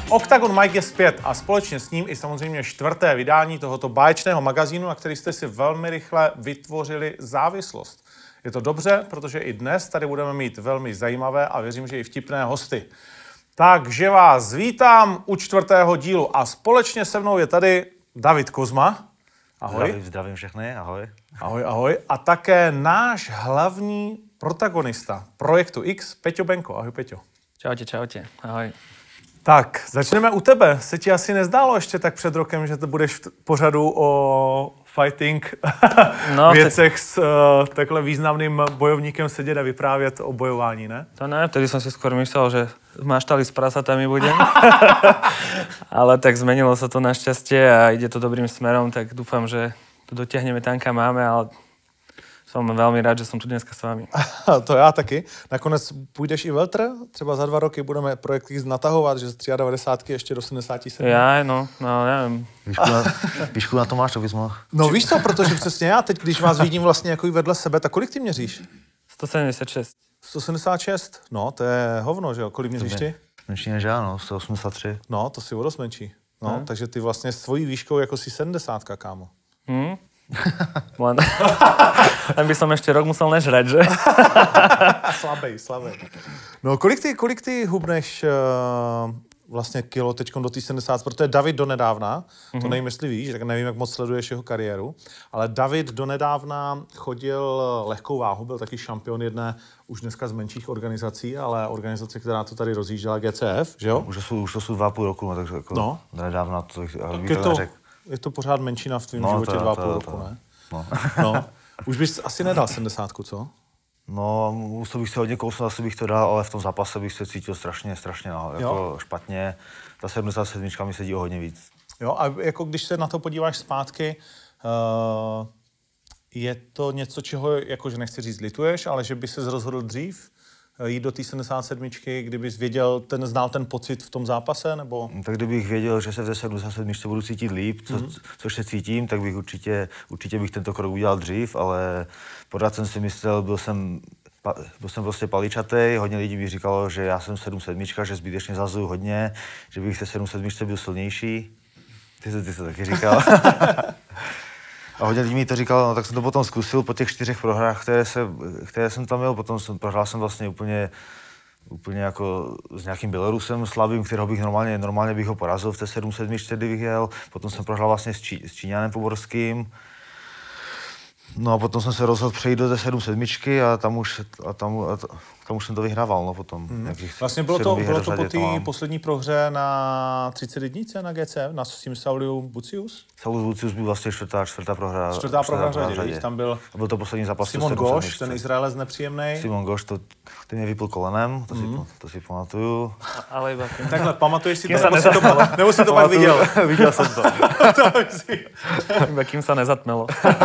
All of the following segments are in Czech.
Octagon Mike je zpět a společně s ním i samozřejmě čtvrté vydání tohoto báječného magazínu, na který jste si velmi rychle vytvořili závislost. Je to dobře, protože i dnes tady budeme mít velmi zajímavé a věřím, že i vtipné hosty. Takže vás vítám u čtvrtého dílu a společně se mnou je tady David Kozma. Ahoj. Zdravím všechny, ahoj. Ahoj, ahoj. A také náš hlavní protagonista projektu X, Peťo Benko. Ahoj, Peťo. Čaute, ahoj. Tak, začneme u tebe. Se ti asi nezdálo ještě tak před rokem, že to budeš v pořadu o fighting věcech s takhle významným bojovníkem sedět a vyprávět o bojování, ne? To ne, vtedy som si skôr myslel, že maštali s prasatami budem. Ale tak zmenilo sa to našťastie a ide to dobrým smerom, tak dúfam, že to dotiahneme tam, kam máme, ale som veľmi rád, že som tu dneska s vámi. To já taky. Nakonec půjdeš i veltr? Třeba za 2 roky budeme projekt X natahovat, že z 93 ještě do 77. Ja, no, neviem. Výšku na to máš, to bys mohl. No víš co, protože přesně já teď, když vás vidím vlastně jako vedle sebe, tak kolik ty měříš? 176. 176? No, to je hovno, že jo? Kolik měříš ty? Menší než já, no, 183. No, to si o dost menší. No, takže ty vlastně svojí výškou jako si 70, kámo. Len by som ešte rok musel nežrať, že? Slabej. No, kolik ty hubneš vlastně kilo teďkom do té 70, protože David donedávna, to nevím, jestli víš, tak nevím, jak moc sleduješ jeho kariéru, ale David donedávna chodil lehkou váhu, byl taky šampion jedné už dneska z menších organizací, ale organizace, která to tady rozjížděla, GCF, že jo? Už to jsou 2,5 roku, no, takže jako donedávna to neřekl. Je to pořád menšina v tvém životě 2,5 roku, ne? No. Už bys asi nedal 70, co? No, musel bych se hodně kousnout, asi bych to dal, ale v tom zápase bych se cítil strašně jako špatně. Ta 77 mi sedí o hodně víc. Jo, a jako když se na to podíváš zpátky, je to něco, čeho, jakože nechci říct, lituješ, ale že by se rozhodl dřív jít do té 77, kdybys věděl, znal ten pocit v tom zápase, nebo? Tak kdybych věděl, že se v té 77 budu cítit líp, což se cítím, tak bych určitě bych tento krok udělal dřív, ale pořád jsem si myslel, byl jsem prostě paličatej, hodně lidí mi říkalo, že já jsem 7,7, že zbytečně zazuju hodně, že bych v té 7,7 byl silnější. Ty jsi taky říkal. A hodně lidí mi to říkalo, no tak jsem to potom zkusil po těch 4 prohrách, které jsem tam měl, prohrál jsem vlastně úplně jako s nějakým Bělorusem slabým, kterého bych normálně bych ho porazil v té 7,7, kdybych jel. Potom jsem prohrál vlastně s Číňanem Poborským. No a potom jsem se rozhodl přejít do té 7,7 a tam už jsem to vyhrával, no potom. Vlastně bylo to po té poslední prohře na 31 na GCF, na tím Sauliu Bucius? Saulius Bucius byl vlastně čtvrtá prohra. Čtvrtá prohra řadě. Tam byl to poslední zápas. Simon Goš, ten Izraelec nepříjemnej. Simon Goš, ten mě vypl kolenem, to si pamatuju. Ale iba takhle, pamatuješ si to, nebo si to pak viděl? Viděl jsem to. Iba kým sa nezatmelo.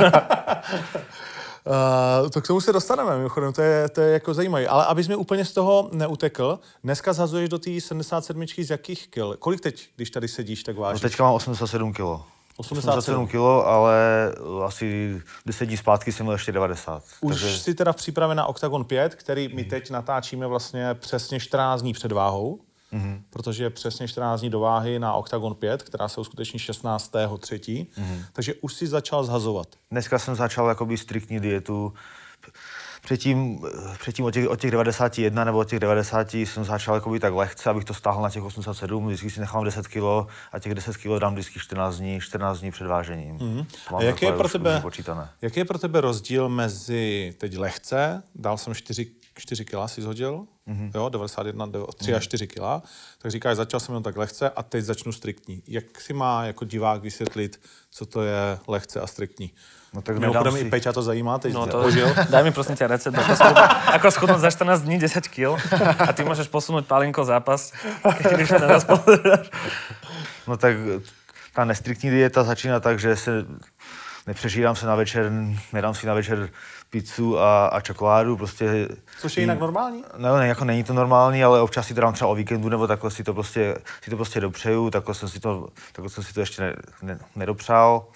To k tomu se dostaneme, mimochodem, to je jako zajímavé. Ale abys mi úplně z toho neutekl, dneska zhazuješ do té 77 z jakých kil? Kolik teď, když tady sedíš, tak vážíš? No teďka mám 87 kilo. 87 kilo, ale asi 10 dní zpátky jsem měl ještě 90. Už jsi teda v přípravě na Octagon 5, který my teď natáčíme vlastně přesně 14 dní před váhou, protože je přesně 14 dní do váhy na Octagon 5, která se uskuteční 16.3. Takže už si začal zhazovat. Dneska jsem začal jakoby striktní dietu. Předtím od těch 91 nebo od těch 90 jsem začal jakoby tak lehce, abych to stáhl na těch 87. Vždycky si nechám 10 kg a těch 10 kg dám vždycky 14 dní před vážením. A jaký je pro tebe rozdíl mezi teď lehce, dal jsem 4 kg si zhodil, jo, 91, 3 až 4 kg, tak říkáš, začal jsem jenom tak lehce a teď začnu striktní. Jak si má jako divák vysvětlit, co to je lehce a striktní? No tak mimochodem i Peťa to zajímá, teď požil. Daj mi prosím ťa recept, ako schudnúť za 14 dní 10 kg a ty môžeš posunúť palinko zápas, keď už neraz pozeráš. No tak ta nestriktní dieta začíná tak, že se nepřežírám se na večer, nedám si na večer pizzu a čokoládu, prostě... Což je jinak normální? No, ne, jako není to normální, ale občas si to dám třeba o víkendu, nebo takhle si to prostě dopřeju, takhle jsem si to ještě nedopřál.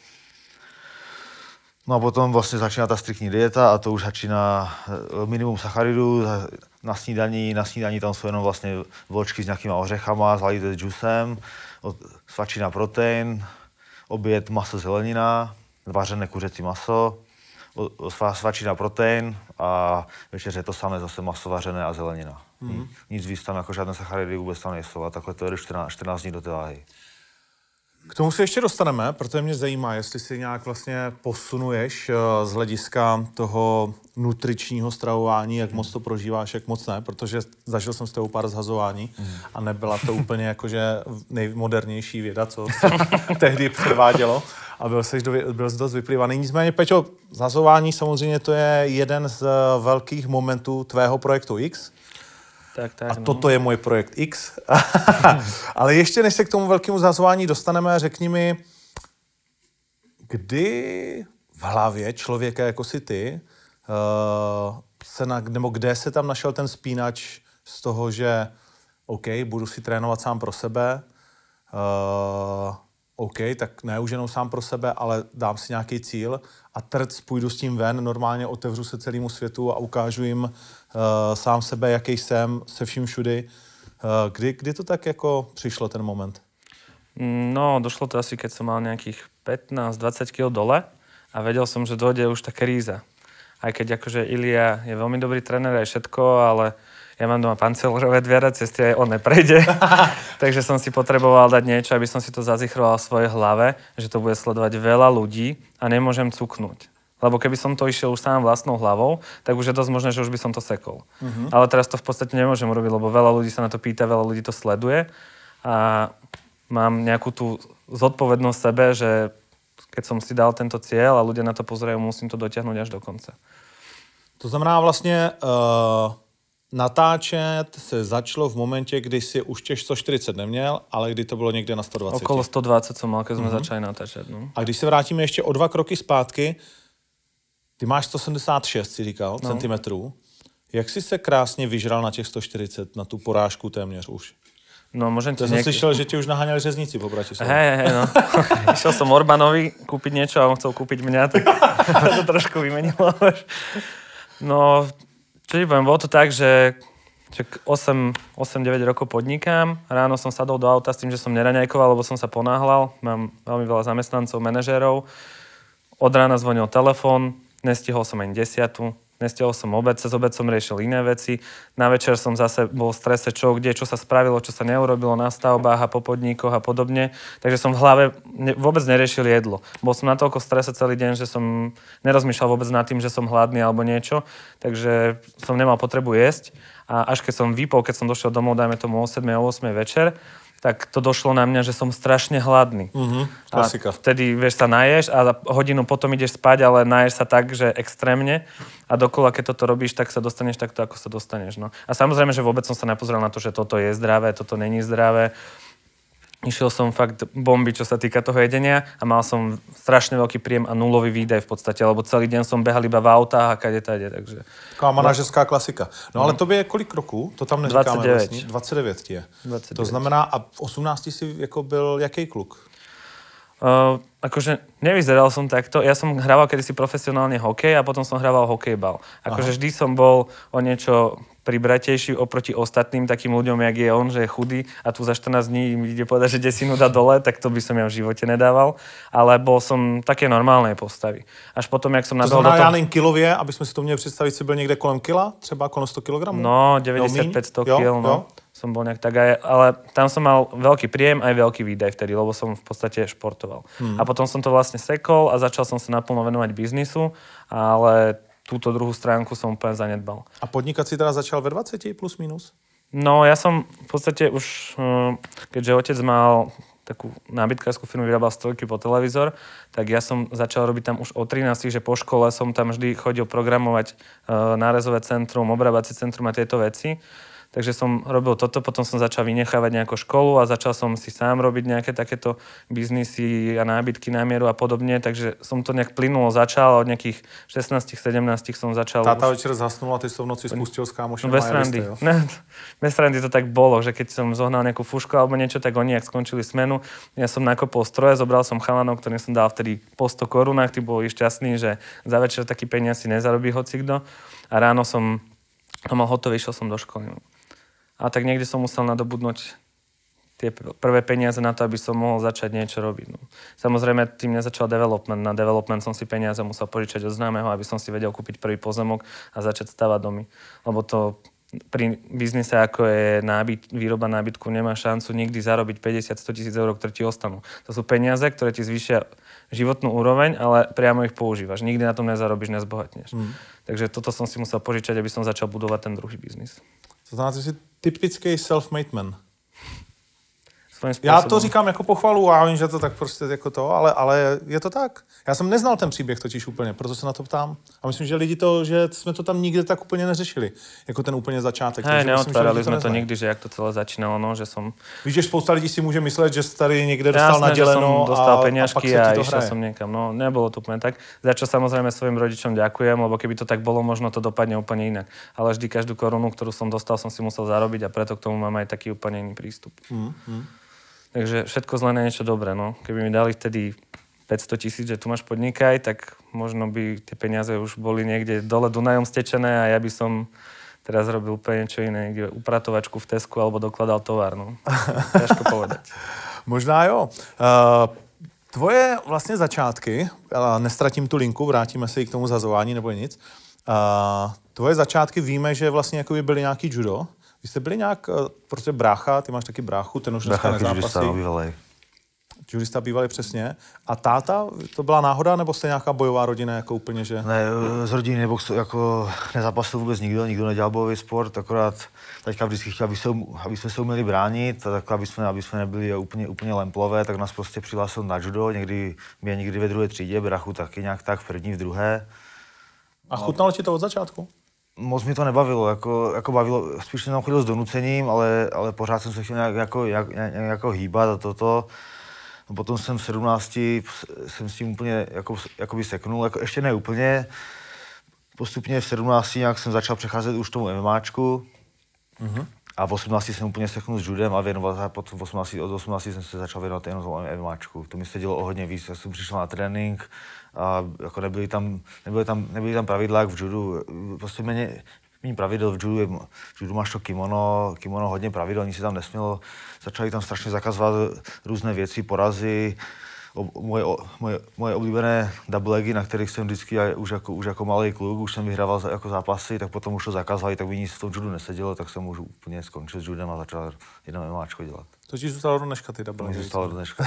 No a potom vlastně začíná ta striktní dieta a to už začíná minimum sacharidů, Na snídaní tam jsou jenom vlastně vločky s nějakýma ořechama, zalité džusem, svačina protein, oběd maso zelenina, vařené kuřecí maso, svačina protein a večeře to samé, zase maso vařené a zelenina. Nic víc tam, jako žádné sacharidy vůbec tam nejsou a takhle to jde 14 dní do té váhy. K tomu se ještě dostaneme, protože mě zajímá, jestli si nějak vlastně posunuješ z hlediska toho nutričního stravování, jak moc to prožíváš, jak moc ne, protože zažil jsem s tebou pár zhazování a nebyla to úplně jakože nejmodernější věda, co se tehdy předvádělo a byl jsi dost vyplývaný. Nicméně, Peťo, zhazování samozřejmě to je jeden z velkých momentů tvého projektu X. Tak, a toto je můj projekt X. Ale ještě než se k tomu velkému zhazování dostaneme, řekni mi, kdy v hlavě člověka jako si ty, nebo kde se tam našel ten spínač z toho, že OK, budu si trénovat sám pro sebe, OK, tak ne už jenom sám pro sebe, ale dám si nějaký cíl a půjdu s tím ven, normálně otevřu se celému světu a ukážu jim sám sebe, jaký jsem, se vším všudy. Kdy to tak jako přišlo, ten moment? No, došlo to asi, keď som mal nejakých 15-20 kg dole a vedel som, že dojde už taká kríza. Aj keď akože Ilia je veľmi dobrý tréner aj všetko, ale ja mám doma pancelorové dviera, cesty aj on neprejde. Takže som si potreboval dať niečo, aby som si to zazichroval v svojej hlave, že to bude sledovať veľa ľudí a nemôžem cuknúť. Lebo keby som to išiel už sám vlastnou hlavou, tak už je dosť možné, že už by som to sekol. Ale teraz to v podstate nemôžem urobiť, lebo veľa ľudí sa na to pýta, veľa ľudí to sleduje a mám nejakú tú zodpovednosť sebe, že keď som si dal tento cieľ a ľudia na to pozerajú, musím to dotiahnuť až do konca. To znamená vlastně natáčet se začalo v momentě, kdy si už těch 140 neměl, ale kdy to bylo někde na 120. Okolo 120 som mal, keď sme začali natáčať. No. A když se vrátíme ještě o 2 kroky zpátky, ty máš 176, si říkal, centimetrů. Jak jsi se krásně vyžral na těch 140, na tu porážku téměř už? No, môžem ti jsem slyšel, že ti už naháňali řezníci po Bratislavě. Hej, no. Išiel som Orbánovi kúpiť niečo a on chcel kúpiť mňa, tak to trošku vymenilo. No, čo ti poviem, bolo to tak, že 8-9 rokov podnikám. Ráno som sadol do auta s tým, že som neraňajkoval, lebo som sa ponáhľal. Mám veľmi veľa zamestnancov, manažérov. Od rána zvonil telefón, nestihol som ani 10. Nestihol som obed, cez obed som riešil iné veci. Na večer som zase bol v strese, čo sa spravilo, čo sa neurobilo na stavbách a po podnikoch a podobne. Takže som v hlave vôbec neriešil jedlo. Bol som na toľko strese celý deň, že som nerozmýšľal vôbec nad tým, že som hladný alebo niečo. Takže som nemal potrebu jesť. A až keď som vypol, keď som došiel domov, dajme tomu o 7 o 8 večer, tak to došlo na mňa, že som strašne hladný. Klasika. A vtedy, vieš, sa naješ a hodinu potom ideš spať, ale naješ sa tak, že extrémne a dokola, keď toto robíš, tak sa dostaneš takto, ako sa dostaneš. No. A samozrejme, že vôbec som sa nepozeral na to, že toto je zdravé, toto není zdravé. Išiel som fakt bomby, čo sa týka toho jedenia a mal som strašne veľký príjem a nulový výdaj v podstate, lebo celý deň som behal iba v autách a kade tade, takže... Taková manažerská klasika. No ale tobě je kolik roků? To tam neříkáme 29. vlastně. 29 ti je. 29. To znamená, a v 18 si jako byl jaký kluk? Akože nevyzeral som takto. Ja som hrával kedysi profesionálne hokej a potom som hrával hokejbal. Akože vždy som bol o niečo pribratejší oproti ostatným takým ľuďom, jak je on, že je chudý a tu za 14 dní im ide povedať, že desinu dá dole, tak to by som ja v živote nedával. Ale bol som také normálnej postavy. Až potom, jak som To nadal do znamená, toho... já nevím, kilově, aby jsme si to měli představit, si byl někde kolem kila, třeba kolem 100 kg? No, 95-100 kg, no. Som bol nejak tak aj, ale tam som mal veľký príjem aj veľký výdaj vtedy, lebo som v podstate športoval. A potom som to vlastne sekol a začal som sa naplno venovať biznisu, ale túto druhú stránku som úplne zanedbal. A podnikat si teda začal ve 20 plus minus? No ja som v podstate už, keďže otec mal takú nábytkárskú firmu, vyrábal stojky po televízor, tak ja som začal robiť tam už o 13, že po škole som tam vždy chodil programovať nárezové centrum, obrábacie centrum a tieto veci. Takže som robil toto, potom som začal vynechávať nejakú školu a začal som si sám robiť nejaké takéto biznisy a nábytky na mieru a podobne, takže som to nejak plynulo začal a od nejakých 16-17 som začal... Táta večer zhasnul a ty si v noci spustil s kámošem. No bez randy. Bez randy to tak bolo, že keď som zohnal nejakú fušku alebo niečo, tak oni, ak skončili smenu, ja som nakopol stroje, zobral som chalanov, ktorým som dal vtedy po 100 korunách, tí boli šťastní, že za večer taký peniaz si nezarobí hocikdo. A ráno som a mal hotové, išiel som do školy. No. A tak niekde som musel nadobudnúť tie prvé peniaze na to, aby som mohol začať niečo robiť. No. Samozrejme, tým nezačal development. Na development som si peniaze musel požičať od známeho, aby som si vedel kúpiť prvý pozemok a začať stavať domy. Lebo to pri biznise, ako je výroba nábytku, nemá šancu nikdy zarobiť 50-100 tisíc eur, ktoré ti ostanú. To sú peniaze, ktoré ti zvýšia životnú úroveň, ale priamo ich používaš. Nikdy na tom nezarobíš, nezbohatneš. Takže toto som si musel požičať, aby som začal budovať ten druhý biznis. To znamená, že jsi typický self-made man. Svojím Já spôsobom. to říkám jako pochvalu a vím, že to tak prostě jako to, ale je to tak. Já jsem neznal ten příběh totiž úplně, proto se na to ptám. A myslím, že že jsme to tam nikde tak úplně neřešili, jako ten úplně začátek. Hej, Takže myslím, neotvárali že sme to neznají. nikdy, že jak to celé začínalo, no, že som... Víš, že spousta lidí si může myslet, že jsi tady někde dostal Jasné, že naděleno som dostal pak peňažky se ti a to išiel hraje. som niekam. No, nebolo to úplne tak. Za čo samozrejme svojim rodičom ďakujem, lebo keby to tak bolo, možno to dopadne úplne inak. Ale vždy každú korunu, ktorú som dostal, som si musel zarobiť a preto k tomu mám aj taký úplne iný prístup. Takže všetko zle na niečo dobré. No. Keby mi dali vtedy 500 000, že tu máš podnikaj, tak možno by tie peniaze už boli niekde dole Dunajom stečené a ja by som teraz robil úplne niečo iné, niekde upratovačku v Tesku alebo dokladal tovar. No. Ťažko povedať. Možná jo. Tvoje vlastně začátky, nestratím tu linku, vrátíme se i k tomu zazování nebo nic. Tvoje začátky víme, že vlastně jakoby byly nějaký judo. Vy jste byli nějak, prostě brácha, ty máš taky bráchu, ten už dneska nezápasí. Judista bývalý přesně. A táta, to byla náhoda, nebo jste nějaká bojová rodina, jako úplně, že... Ne, z rodiny jako nezápasil vůbec nikdo nedělal bojový sport, akorát taťka vždycky chtěl, aby jsme se uměli bránit, tak aby jsme nebyli úplně lemplové, tak nás prostě přihlásil na judo, někdy ve druhé třídě, brachu taky nějak tak, v první, v druhé. A chutnalo ti to od začátku? Moc mi to nebavilo, jako bavilo, spíš jsem tam chodil s donucením, ale pořád jsem se chtěl nějak hýbat a toto. No potom jsem v 17 jsem s tím úplně jakoby seknul, jako ještě ne úplně. Postupně v 17 nějak jsem začal přecházet už tomu MMAčku. A v 18 jsem úplně seknul s judem a věnoval, potom od 18 jsem se začal věnovat jenom tomu MMAčku. To mi se dělo o hodně víc, já jsem přišel na trénink a jako nebyly tam pravidla jak v judu, prostě méně pravidel v judu. V judu máš to kimono hodně pravidel, nic se tam nesmělo. Začali tam strašně zakazovat různé věci, porazy. Moje oblíbené double legy, na kterých jsem vždycky už jako malý kluk, už jsem vyhrával jako zápasy, tak potom už to zakázali, tak by nic v tom judu nesedělo, tak jsem už úplně skončil s judem a začal jedno MMAčko dělat. To ti zůstalo do dneška, ty double legy. Zůstalo do dneška.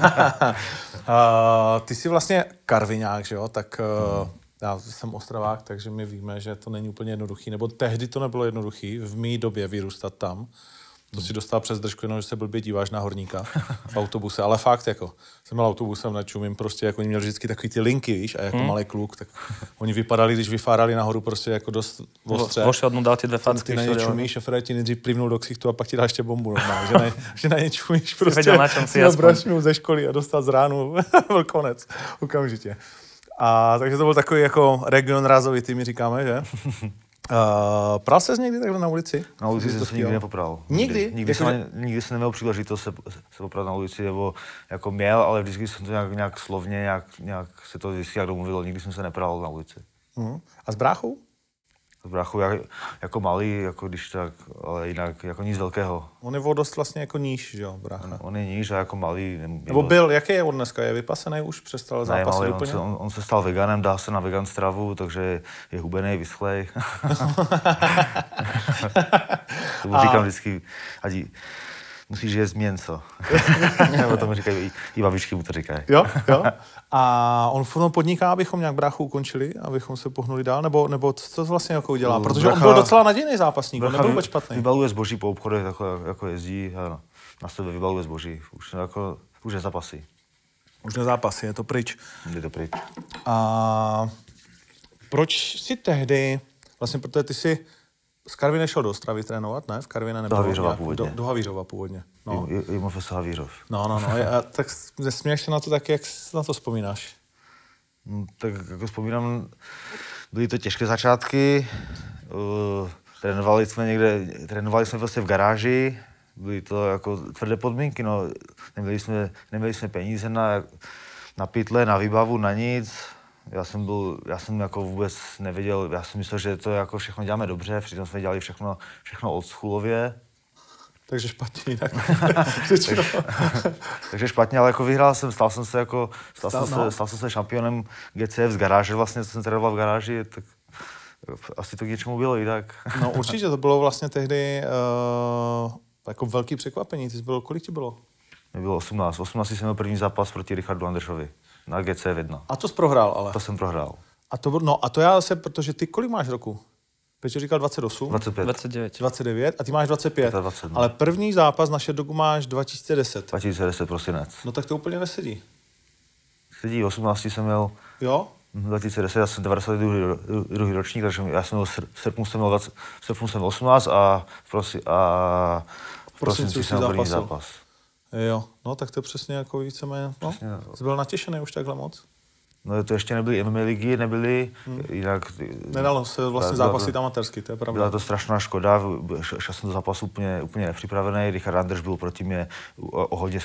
Ty jsi vlastně karviňák, že jo? Tak já jsem Ostravák, takže my víme, že to není úplně jednoduchý, nebo tehdy to nebylo jednoduchý, v mý době vyrůstat tam. To si dostal přes držku, jenom že se blbě díváš na horníka v autobuse, ale fakt jako, jsem měl autobusem na čumím, prostě jako oni měli vždycky takový ty linky, víš, a jako malý kluk, tak oni vypadali, když vyfárali nahoru prostě jako dost ostře. Vošel dnu, dal ti dve facky. Ty na ně čumíš a Fred ti nejdřív plivnul do ksichtu a pak ti dá ještě bombu normálně, že na ně čumíš prostě. Věděl, na čem si měl aspoň. brašnu ze školy a dostat z ránu, byl konec, okamžitě. A takže to byl takový jako region rázovitý, my říkáme, že? Pral ses někdy takhle na ulici? Na ulici jsem se nikdy nepopral. Nikdy? Nikdy jsem neměl příležitost se poprat na ulici, nebo jako měl, ale vždycky jsem to nějak slovně, nějak se to vždycky jak domluvilo. Nikdy jsem se nepral na ulici. A s bráchou? S bráchou jako malý, jako když tak, ale jinak jako nic velkého. On je dost vlastně jako níž, že jo, brácha? On je níž a jako malý. Nebo byl, jaký je on dneska? Je vypasený už? Přestal zápasit úplně? On se stal veganem, dá se na vegan stravu, takže je hubený, vyschlej. To mu říkám vždycky, Adi, musíš jíst měnco. Nebo to mi říkají, i babičky mu to říkají. Jo. A on furt podniká, abychom nějak bráchu ukončili, abychom se pohnuli dál? Nebo co vlastně jako udělá? Protože on byl docela nadějný zápasník, on nebyl vůbec špatný. Vybaluje zboží po obchodech, jako jezdí a na sebe vybaluje zboží. Už nezápasí. Už nezápasí, je to pryč. Je to pryč. A proč si tehdy, vlastně protože ty si z Karviné nešel do Ostravy trénovat, ne? V Karviné nebylo. Do Havířova původně. Do Havířova původně. No. Je MFS Havířov. No. Tak nesměješ se na to tak, jak na to vzpomínáš? Tak jako vzpomínám, byly to těžké začátky. Trénovali jsme vlastně v garáži. Byly to jako tvrdé podmínky, neměli jsme peníze na pytle, na výbavu, na nic. Já jsem jako vůbec nevěděl, já jsem myslel, že to jako všechno děláme dobře, přitom jsme dělali všechno oldschoolově. Takže špatně jinak. Takže špatně, ale jako vyhrál jsem, stal jsem se šampionem GCF z garáže, vlastně jsem trénoval v garáži, tak asi to k něčemu bylo i tak. No určitě, to bylo vlastně tehdy jako velký překvapení. Ty jsi byl, kolik ti bylo? Mě bylo 18. 18 jsem měl první zápas proti Richardu Anderšovi na GCF 1. A to jsi prohrál, ale. To jsem prohrál. A to já zase, protože ty kolik máš roku? Peťo říkal 28? 25. 29. 29 a ty máš 25. 20, no. Ale první zápas na Sherdogu máš 2010. 2010 prosinec. No tak to úplně nesedí. Sedí, 18 jsem měl Jo? 2010, já jsem 92. ročník, takže já jsem měl v srpnu jsem měl 18 a v prosinci jsem měl první zápas. Jo, no tak to je přesně jako víceméně, no. Jsi byl natěšený už takhle moc? No to ještě nebyly MMA ligy, jinak... Nedalo se vlastně zápasit amatérsky, to je pravda. Byla to strašná škoda, šel jsem do zápasu úplně nepřipravený, Richard Anders byl proti mě o hodně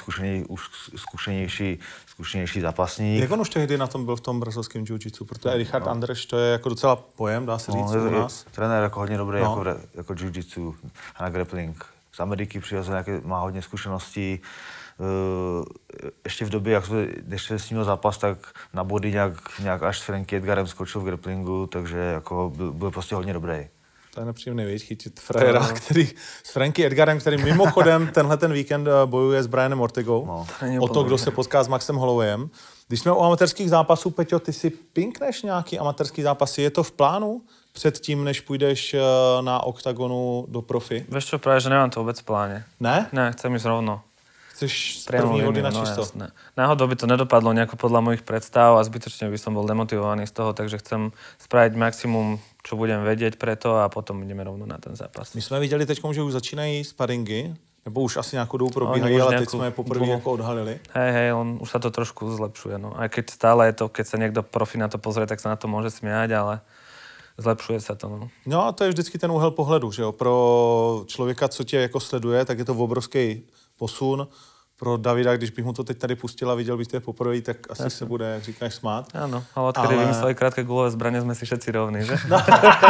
zkušenější zápasník. Jak on už tehdy na tom byl v tom brazilském jiu-jitsu, protože Richard Anders to je jako docela pojem, dá se říct u nás. Trenér jako hodně dobrý jako jiu-jitsu a na grappling. Z Ameriky přirozeně má hodně zkušeností. Ještě v době, jak jsme s ním měl zápas, tak na body nějak až s Franky Edgarem skočil v grapplingu, takže jako byl prostě hodně dobrý. To je nepříjemný, víc, chytit frajera, který s Franky Edgarem, který mimochodem ten víkend bojuje s Brianem Ortegou. No. O to, kdo se potká s Maxem Hollowayem. Když jsme u amatérských zápasů, Peťo, ty si pinkneš nějaký amatérský zápasy? Je to v plánu před tím, než půjdeš na oktagonu do profi? Vieš čo, práve, že nemám to vôbec v pláne. Ne? Ne, chcem ísť rovno. Chceš z první hody na čisto? Jasné. Náhodou by to nedopadlo nejako podľa mojich predstav a zbytočne by som bol demotivovaný z toho, takže chcem spraviť maximum, čo budem vedieť preto a potom ideme rovno na ten zápas. My jsme viděli teď, že už začínají sparingy, nebo už asi nějakou dobu probíhají, ale teď jsme je poprvé jako odhalili. Hej, už sa to trošku zlepšuje. No. Aj keď stále je to, keď sa niekto profi na to pozrie, tak sa na to môže smiať, ale zlepšuje se to. No a to je vždycky ten úhel pohledu, že jo. Pro člověka, co tě jako sleduje, tak je to obrovský posun. Pro Davida, když bych mu to teď tady pustil a viděl bych to poprvé, tak asi se bude, jak říkáš, smát. Áno, ale odkedy vymysleli krátké gulové zbraně, jsme si všetci rovní, že? No.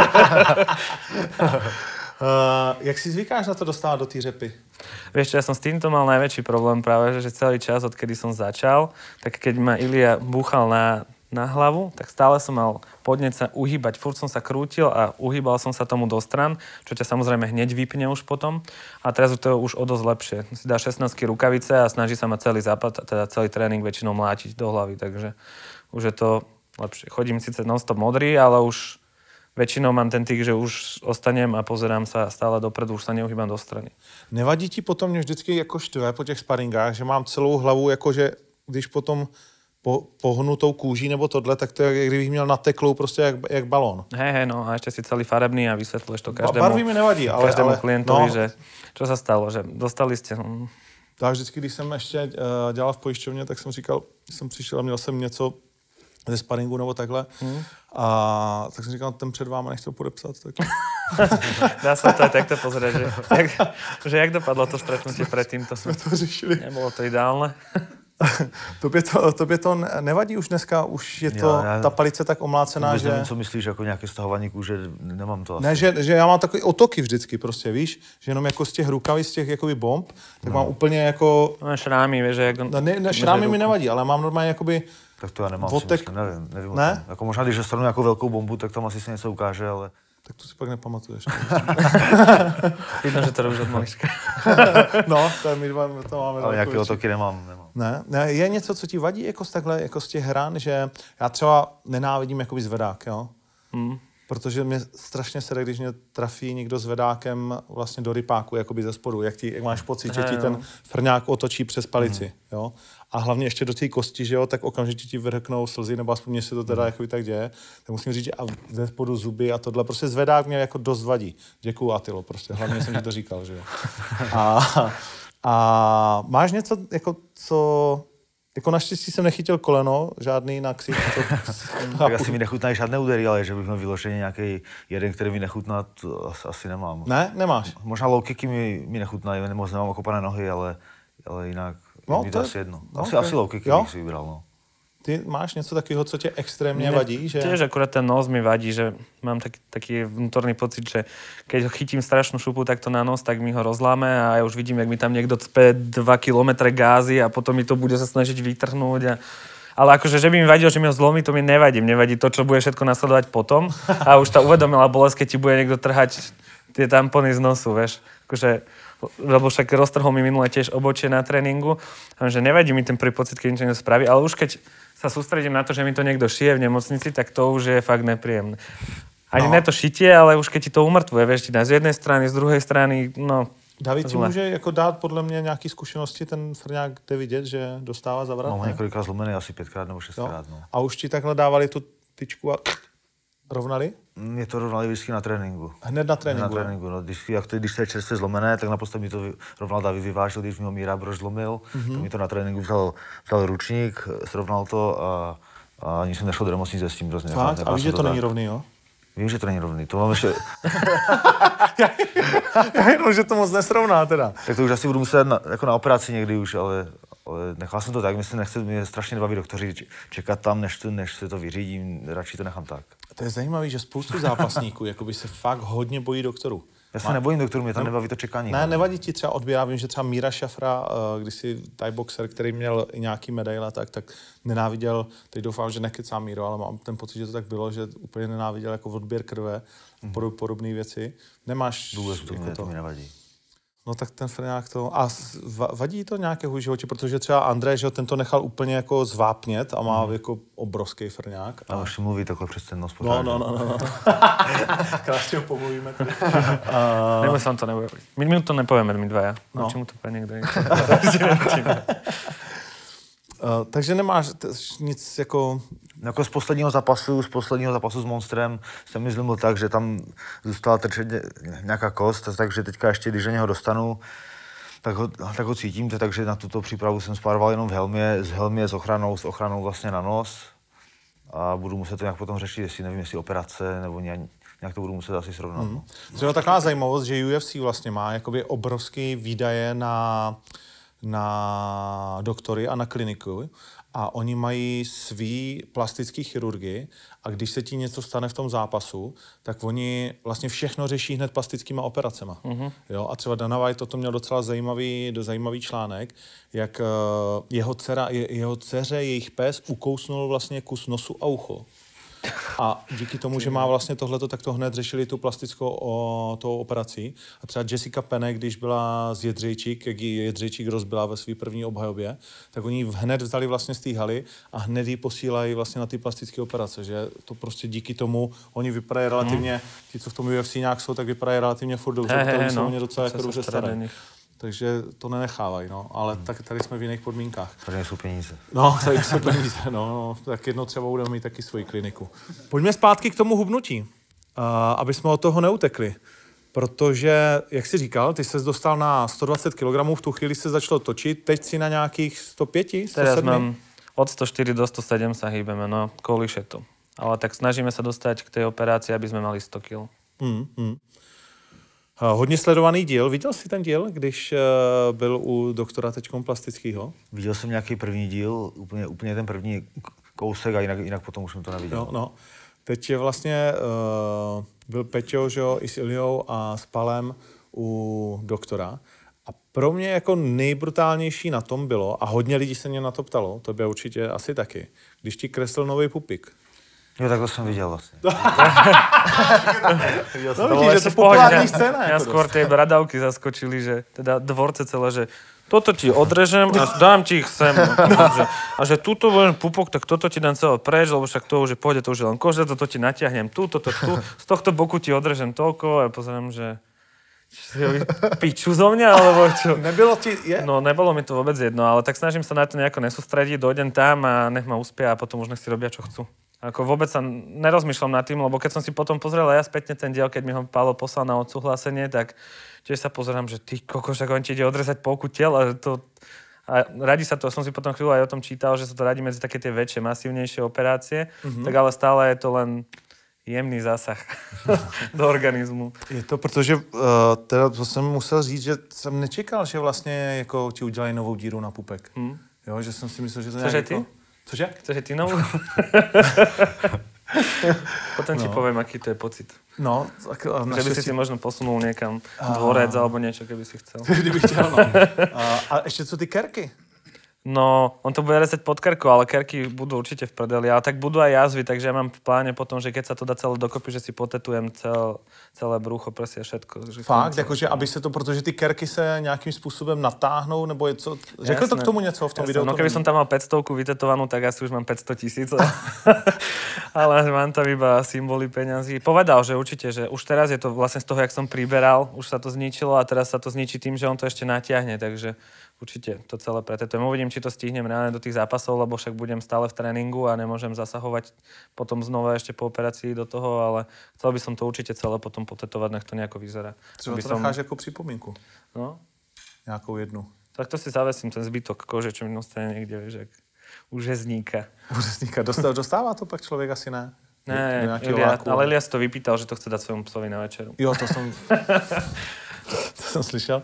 Jak si zvykáš na to dostávat do té řepy? Vieš čo, ja som s týmto mal najväčší problém práve, že celý čas, odkedy som začal, tak keď ma Ilia búchal na hlavu, tak stále som mal podneť sa uhýbať. Furt som sa krútil a uhýbal som sa tomu do stran, čo ťa samozrejme hneď vypne už potom. A teraz to je už o dosť lepšie. Si dá 16 rukavice a snaží sa ma celý západ, teda celý tréning väčšinou mlátiť do hlavy, takže už je to lepšie. Chodím síce non-stop modrý, ale už väčšinou mám ten tyk, že už ostanem a pozerám sa stále dopredu, už sa neuhýbám do strany. Nevadí ti potom mě vždycky jako štve po těch sparingách, že mám celou hlavu, jakože když potom pohnu tou kůží nebo tohle, tak to je, jak kdybych měl nateklou prostě jak balón. Hej, no a ešte si celý farebný a vysvetľuješ to každému. Barvy mi nevadí, každému klientovi, že čo sa stalo, že dostali ste... Tak vždycky, když jsem ještě dělal v pojišťovně, tak jsem říkal, jsem přišel a měl jsem něco ze sparingu nebo takhle. A tak jsem říkal, ten před váma nechtěl podepsat. Tak... Dá sa to aj takto pozrieť, že jak dopadlo to stretnutie pred týmto? Jsme to řešili. Nebolo to ideálne. Tobě to nevadí už dneska? Už je to ta palice tak omlácená, že... Nevím, co myslíš, jako nějaké stahování kůže, nemám to asi. Ne, že já mám takové otoky vždycky prostě, víš? Že jenom jako z těch rukavic, z těch jakoby bomb, tak mám úplně jako... No šrámy, víš, že jak... Ne, šrámy mi nevadí, ale mám normálně jakoby... Tak to já nemám, Votek... nevím ne? Jako možná, když dostanu nějakou velkou bombu, tak tam asi se něco ukáže, ale... Tak to si pak nepamatuješ. Vidno, že to robíš od malička. No, to my dva to máme. Ale nějaké otoky nemám. Ne, je něco, co ti vadí jako z takhle, jako z těch hran, že já třeba nenávidím jakoby zvedák, jo? Protože mě strašně sere, když mě trafí někdo s vedákem vlastně do rypáku, jakoby ze spodu. Jak máš pocit, že ti ten frňák otočí přes palici, jo? A hlavně ještě do té kosti, že jo, tak okamžitě ti vrhknou slzy, nebo aspoň mě se to teda jakoby tak děje. Tak musím říct, že a ze spodu zuby a tohle. Prostě zvedák mě jako dost vadí. Děkuju, Atilo, prostě. Hlavně jsem ti to říkal, že jo. A máš něco, jako co... Jako naštěstí jsem nechytil koleno, žádný na ksich. Tak asi mi nechutnají žádné údery, ale že bych měl vyloženě nějaký jeden, který mi nechutná, to asi nemám. Ne, nemáš? Možná low kicky mi nechutnají, moc nemám okopané nohy, ale jinak mi to asi jedno. Asi low kicky bych si vybral, no. Ty máš něco takového, co tě extrémně vadí? Že... Tiež akurát ten nos mi vadí, že mám taký vnútorný pocit, že keď ho chytím strašnú šupu takto na nos, tak mi ho rozláme a ja už vidím, jak mi tam niekto cpe 2 kilometre gázy a potom mi to bude sa snažiť vytrhnúť. Ale akože, že by mi vadilo, že mi ho zlomí, to mi nevadí. Mne vadí to, čo bude všetko nasledovať potom. A už tá uvedomila bolesť, keď ti bude niekto trhať tie tampony z nosu, vieš. Akože, lebo však roztrhol mi minule tiež obočie na tréningu. A že nevadí mi ten prvý pocit, keď niečo niekto spraví, ale už keď sa sústredím na to, že mi to niekto šije v nemocnici, tak to už je fakt nepríjemné. Ani ne to šitie, ale už keď ti to umrtvuje, vieš, ti dá z jednej strany, z druhej strany, no... David ti může jako dát podle mě nějaký zkušenosti, ten frňák jde vidět, že dostává za vrat? Mám několikrát zlomený, asi 5krát nebo 6krát. No. A už ti takhle dávali tu tyčku a rovnali? Mě to rovnali vždycky na tréninku. Hned na tréninku? Na tréninku, no. Když to je čerstvě zlomené, tak naposledy mi to rovnal David Vyvážil, když mi ho Míra Brož zlomil. Tak mi to na tréninku vzal ručník, srovnal to a ani jsem nešel do nemocnice s tím hrozně. Fakt? A víš, že to není rovný, jo? Vím, že to není rovný. To mám ještě... Já jenom, že to moc nesrovná teda. Tak to už asi budu muset jako na operaci někdy už, ale nechal jsem to tak, mě strašně baví doktoři čekat tam, než se to vyřídím, radši to nechám tak. To je zajímavé, že spoustu zápasníků jakoby se fakt hodně bojí doktorů. Já se nebojím doktorů, mě tam nebaví to čekání. Ne, nevadí ti třeba odběr, já vím, že třeba Míra Šafra, kdysi thai boxer, který měl i nějaký medaile, tak nenáviděl, teď doufám, že nekecám Míro, ale mám ten pocit, že to tak bylo, že úplně nenáviděl jako odběr krve, podobné věci. Nemáš vůbec jako to mi nevadí. No tak ten frňák to... A vadí to nějakého životě, protože třeba Andrej, že ten to nechal úplně jako zvápnět a má jako obrovský frňák. A už mluví takhle přes ten nos. No. Krásně ho pomluvíme tady. Nebo som to nebude. My to nepovieme, my dvaja. No. Či mu to povie niekto. Takže nemáš nic jako... Jako z posledního zápasu s Monstrem jsem mi zlomil tak, že tam zůstala trčet nějaká kost, takže teďka ještě, když do něho dostanu, tak ho cítím, takže na tuto přípravu jsem spároval jenom v helmě s ochranou vlastně na nos a budu muset to nějak potom řešit, jestli operace nebo nějak to budu muset asi srovnat. Třeba taková zajímavost, že UFC vlastně má jakoby obrovský výdaje na doktory a na kliniku a oni mají svý plastický chirurgy a když se ti něco stane v tom zápasu, tak oni vlastně všechno řeší hned plastickýma operacema. Jo? A třeba Dana White to měl docela zajímavý článek, jak jeho dceře, jejich pes ukousnul vlastně kus nosu a ucho. A díky tomu, že má vlastně tohleto, tak to hned řešili tu plastickou tou operací. A třeba Jessica Penne, když byla z Jedřejčík, jak ji Jedřejčík rozbila ve své první obhajobě, tak oni ji hned vzali vlastně z té haly a hned ji posílají vlastně na ty plastické operace, že to prostě díky tomu oni vypadají relativně, ti, co v tom UFC nějak jsou, tak vypadají relativně furt dobře, protože jsou oni docela jako dobře staré. Takže to nenechávají, no. Ale tak tady jsme v jiných podmínkách. Tady jsou peníze. No, tady jsou peníze, no. Tak jednou třeba budeme mít taky svoji kliniku. Pojďme zpátky k tomu hubnutí, aby jsme od toho neutekli. Protože, jak jsi říkal, ty ses dostal na 120 kg, v tu chvíli se začalo točit, teď si na nějakých 105, 107? Teraz mám od 104 do 107 sa hýbeme, no, kolíše to. Ale tak snažíme sa dostať k tej operácii, aby sme mali 100 kg. Hodně sledovaný díl. Viděl jsi ten díl, když byl u doktora teďkom plastického? Viděl jsem nějaký první díl, úplně ten první kousek a jinak potom už jsem to neviděl. No. Teď je vlastně byl Peťo, že jo, i s Iljou a s Palem u doktora. A pro mě jako nejbrutálnější na tom bylo, a hodně lidí se mě na to ptalo, to by určitě asi taky, když ti kreslil nový pupík. Jo, tak to jsem viděl vlastně. No vidíš, že to populární scéna. Ja skôr tie bradavky zaskočili, že teda dvorce celé, že toto ti odrežem a dám ti ich sem. A že tuto budem pupok, tak toto ti dám celé preč, lebo však to už je pôjde, to už je len koža, toto ti natiahnem tu, z tohto boku ti odrežem toľko a pozerám, že piču zo mňa, alebo čo? Nebylo ti... No, nebolo mi to vôbec jedno, ale tak snažím sa na to nejako nesústrediť, dojdem tam a nech ma uspia a potom už nech si robia, čo chcú. Ako vôbec sa nerozmýšľam nad tým, lebo keď som si potom pozrel ja spätne ten diel, keď mi ho Pálo poslal na odsúhlasenie, tak tiež sa pozerám, že ty kokos, ako on ti ide odrezať polku tela. A radí sa to, som si potom chvíľu aj o tom čítal, že sa to radí medzi také tie väčšie, masívnejšie operácie, tak ale stále je to len jemný zásah do organismu. Je to, protože teda to jsem musel říct, že jsem nečekal, že vlastně jako ti udělají novou díru na pupek. Jo, že jsem si myslel, že to nějak jako... Cože? Chceš aj ty novú? Potom ti poviem, aký to je pocit. No, tak Že by si možno posunul niekam dvorec alebo niečo, keby si chcel. Kdyby chtěl, no. A ještě co ty kerky? No, on to bude rezať pod krkou, ale kerky budú určite v prdeli. Ale tak budú aj jazvy, takže ja mám v pláne potom, že keď sa to dá celé dokopy, že si potetujem celé brucho, prsia, všetko. Že Fakt? Jakože, aby se to, protože ty kerky se nějakým způsobem natáhnou, nebo je co? Řekl to k tomu něco v tom videu? No keby som tam mal 500 vytetovanú, tak asi už mám 500 000. Ale mám tam iba symboly peňazí. Povedal, že určite, že už teraz je to vlastne z toho, jak som priberal, už sa to zničilo a teraz sa to zničí tým, že on to ešte natiahne, takže určite to celé pretetujem. Uvidím, či to stihnem reálne do tých zápasov, lebo však budem stále v tréningu a nemôžem zasahovať potom znova ešte po operácii do toho, ale chcel by som to určite celé potom potetovať, nech to nejako vyzerá. Třeba to necháš jako připomínku. No. Nějakou jednu. Tak to si zavesím, ten zbytok kože, čo mi dostane niekde, vieš, jak úžasníka. Úžasníka. Dostává to pak člověk asi ne? Ne, ale Elias to vypýtal, že to chce dať svojmu psovi na večeru. Jo, to jsem, to jsem slyšel.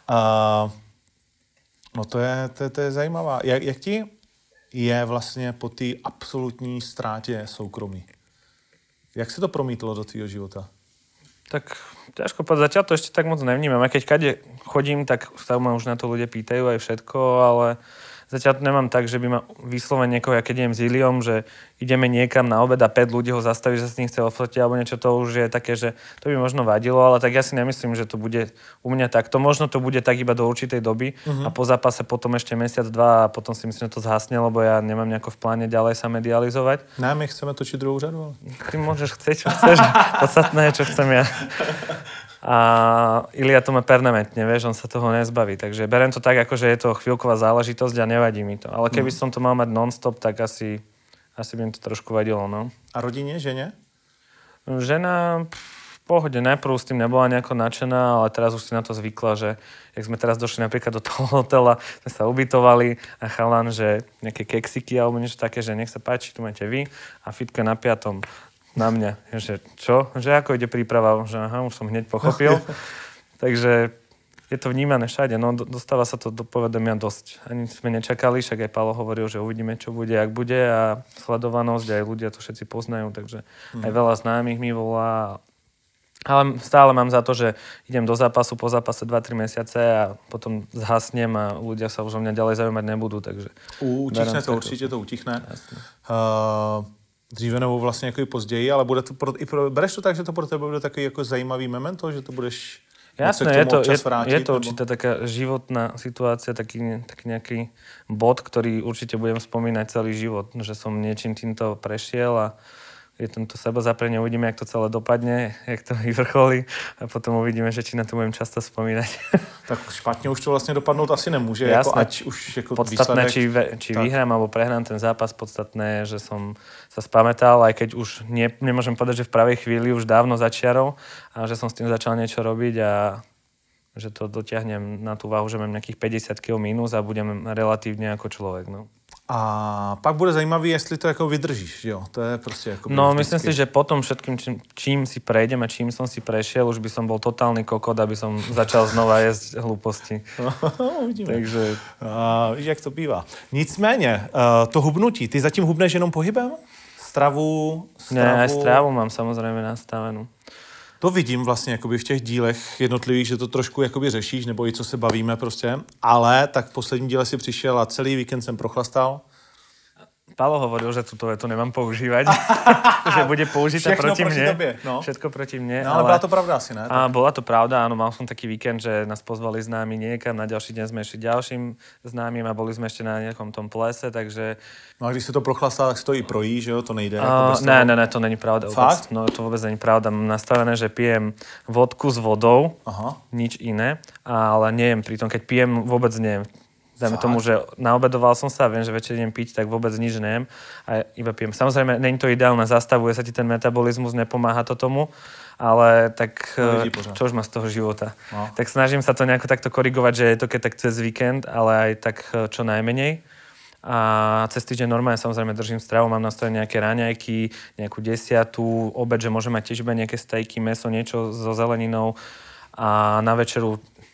No to je zajímavá. Jak ti je vlastně po té absolutní ztrátě soukromí? Jak se to promítlo do tvýho života? Tak ťažko povedať, zatiaľ to ešte tak moc nevnímam. A keď kade chodím, tak sa ma už na to ľudia pýtajú aj všetko, ale zatiaľ to nemám tak, že by ma vyslovene niekoho, ja keď idem s Iliom, že ideme niekam na obed a 5 ľudí ho zastaví, že sa s ním chce ofotiť alebo niečo, to už je také, že to by možno vadilo, ale tak ja si nemyslím, že to bude u mňa takto. Možno to bude tak iba do určitej doby a po zápase potom ešte mesiac, dva a potom si myslím, že to zhasne, lebo ja nemám nejako v pláne ďalej sa medializovať. Ne, my chceme točiť druhú řadu. Ty môžeš chcieť, čo chceš. Podstatné je, čo chcem ja. A Ilia to má permanentne, vieš, on sa toho nezbaví. Takže berem to tak, ako že je to chvíľková záležitosť a nevadí mi to. Ale keby som to mal mať non-stop, tak asi by mi to trošku vadilo, no. A rodině, ženě? Žena v pohode, najprv s tým nebola nejako nadšená, ale teraz už si na to zvykla, že jak sme teraz došli napríklad do toho hotela, sme sa ubytovali a chalan, že nejaké keksiky alebo niečo také, že nech sa páči, tu máte vy a fitka na 5. na mňa. Že čo? Že ako ide príprava? Že aha, už som hneď pochopil. Takže je to vnímané všade. No, dostáva sa to do povedomia dosť. Ani sme nečakali, však aj Paolo hovoril, že uvidíme, čo bude, jak bude a sledovanosť, aj ľudia to všetci poznajú, takže aj veľa známych mi volá. Ale stále mám za to, že idem do zápasu, po zápase 2-3 mesiace a potom zhasnem a ľudia sa už o mňa ďalej zaujímať nebudú, takže... Utichne to, určite to utichne. Dříve nebo vlastně jako i později, ale bude to bereš to tak, že to pro tebe bude takový jako zajímavý memento, že to budeš jasné, je to určitá taká životná situácia, taký nejaký bod, ktorý určite budem spomínať celý život, že som niečím týmto prešiel a je tento sebazaprenie, uvidíme, jak to celé dopadne, jak to vyvrcholí a potom uvidíme, že či na to budem často spomínať. Tak špatně už to vlastně dopadnout asi nemůže, jako ať už jako podstatné, výsledek... či vyhrám alebo prehrám ten zápas, podstatné je, že som sa spamätal, aj keď už nemôžem povedať, že v pravej chvíli už dávno začiarov a že som s tým začal niečo robiť a že to dotiahnem na tú váhu, že mám nejakých 50 kg mínus a budem relatívne ako človek, no. A pak bude zajímavý, jestli to jako vydržíš, jo? To je prostě jako... No, myslím si, že potom všetkým, čím si prejdem a čím som si prešiel, už by som bol totálny kokot, aby som začal znova jesť hlúposti. Uvidíme. Takže... Víš, jak to bývá. Nicméně, to hubnutí, ty zatím hubneš jenom pohybem? Stravu? Ne, aj stravu mám samozrejme nastavenú. To vidím vlastně jakoby v těch dílech jednotlivých, že to trošku jakoby řešíš, nebo i co se bavíme prostě, ale tak v posledním díle si přišel a celý víkend jsem prochlastal. Paolo hovoril, že túto vetu nemám používať, že bude použitá proti mne. Tobie, no. Všetko proti mne. No, ale bola to pravda asi, ne? A bola to pravda, áno, mal som taký víkend, že nás pozvali známi niekam, na ďalší deň sme išli ďalším známym a boli sme ešte na nejakom tom plese, takže... No a když si to prochlastal, tak si to i projí, že jo? To nejde. Ne, to není pravda. Fakt? No to vôbec není pravda. Mám nastavené, že pijem vodku s vodou, aha, nič iné, ale nejem pri tom, keď pijem, vôbec nejem. Dajme tomu, že naobedoval som sa a viem, že večer idem piť, tak vôbec nič nejem a iba pijem. Samozrejme, není to ideálne, zastavuje sa ti ten metabolizmus, nepomáha to tomu, ale tak čo už má z toho života. No. Tak snažím sa to nejako takto korigovať, že je to keď tak cez víkend, ale aj tak čo najmenej. A cez týždeň normálne samozrejme držím stravu, mám nastavené nejaké raňajky, nejakú 10, obed, že môžem mať tiež iba nejaké stejky, mäso, niečo so zeleninou a na večeru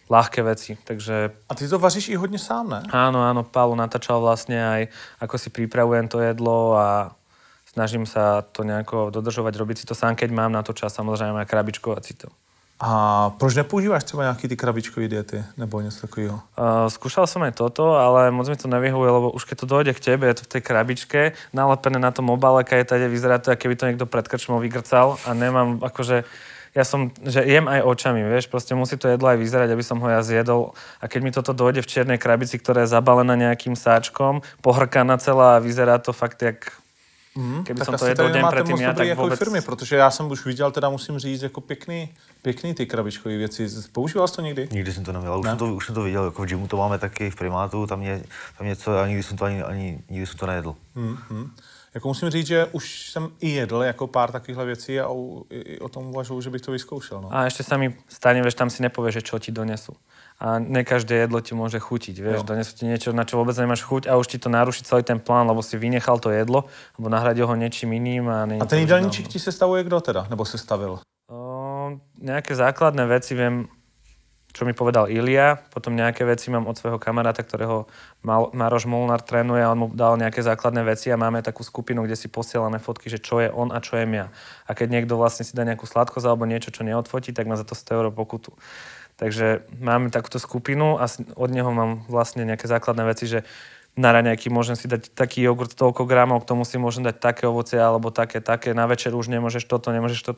ľahké veci. Takže A ty to vaříš i hodně sám, ne? áno, Paolo natáčal vlastne aj, ako si pripravujem to jedlo a snažím sa to nejako dodržovať, robiť si to sám, keď mám na to čas, samozrejme aj krabičkovať si to. A proč nepoužíváš třeba nějaký ty krabičkové diety nebo něco takového? Skúšal som aj toto, ale moc mi to nevyhovuje, lebo už keď to dojde k tebe, je to v tej krabičke, nalepené na tom obale, keď tady vyzerá to, ako keby to niekto pred krčmou vygrcal a nemám akože... že jem aj očami, vieš, proste musí to jedlo aj vyzerať, aby som ho ja zjedol. A keď mi toto dojde v čiernej krabici, ktorá je zabalená nejakým sáčkom, pohrkaná celá a vyzerá to fakt jak... Keby som to jedol deň predtým, ja tak jako vôbec... firmy, protože já jsem už viděl, teda musím říct, jako pěkný ty krabičkové věci. Používal jsi to někdy? Nikdy jsem to neměl, už jsem to viděl, jako v gymu to máme taky, v primátu, tam je něco, a nikdy jsem to nikdy jsem to nejedl. Jako musím říct, že už jsem i jedl jako pár takovýchhle věcí a i o tom uvažuji, že bych to vyzkoušel. No. A ešte sa mi stane, vieš, tam si nepovieš, že čo ti donesú. A ne každé jedlo ti môže chutiť, vieš, donesú ti niečo, na čo vôbec nemáš chuť a už ti to naruší celý ten plán, lebo si vynechal to jedlo, alebo nahradil ho niečím iným. A ten jídelníček ti sestavuje kdo teda, nebo sestavil? Nejaké základné veci viem, čo mi povedal Ilia, potom nejaké veci mám od svojho kamaráta, ktorého Maroš Molnár trénuje a on mu dal nejaké základné veci a máme takú skupinu, kde si posielame fotky, že čo je on a čo jem ja. A keď niekto vlastne si dá nejakú sladkosť alebo niečo, čo neodfotí, tak má za to 100 € pokutu. Takže máme takúto skupinu a od neho mám vlastne nejaké základné veci, že na raňajky môžem si dať taký jogurt toľko gramov, k tomu si môžem dať také ovocie alebo také. Na večer už nemôžeš toto.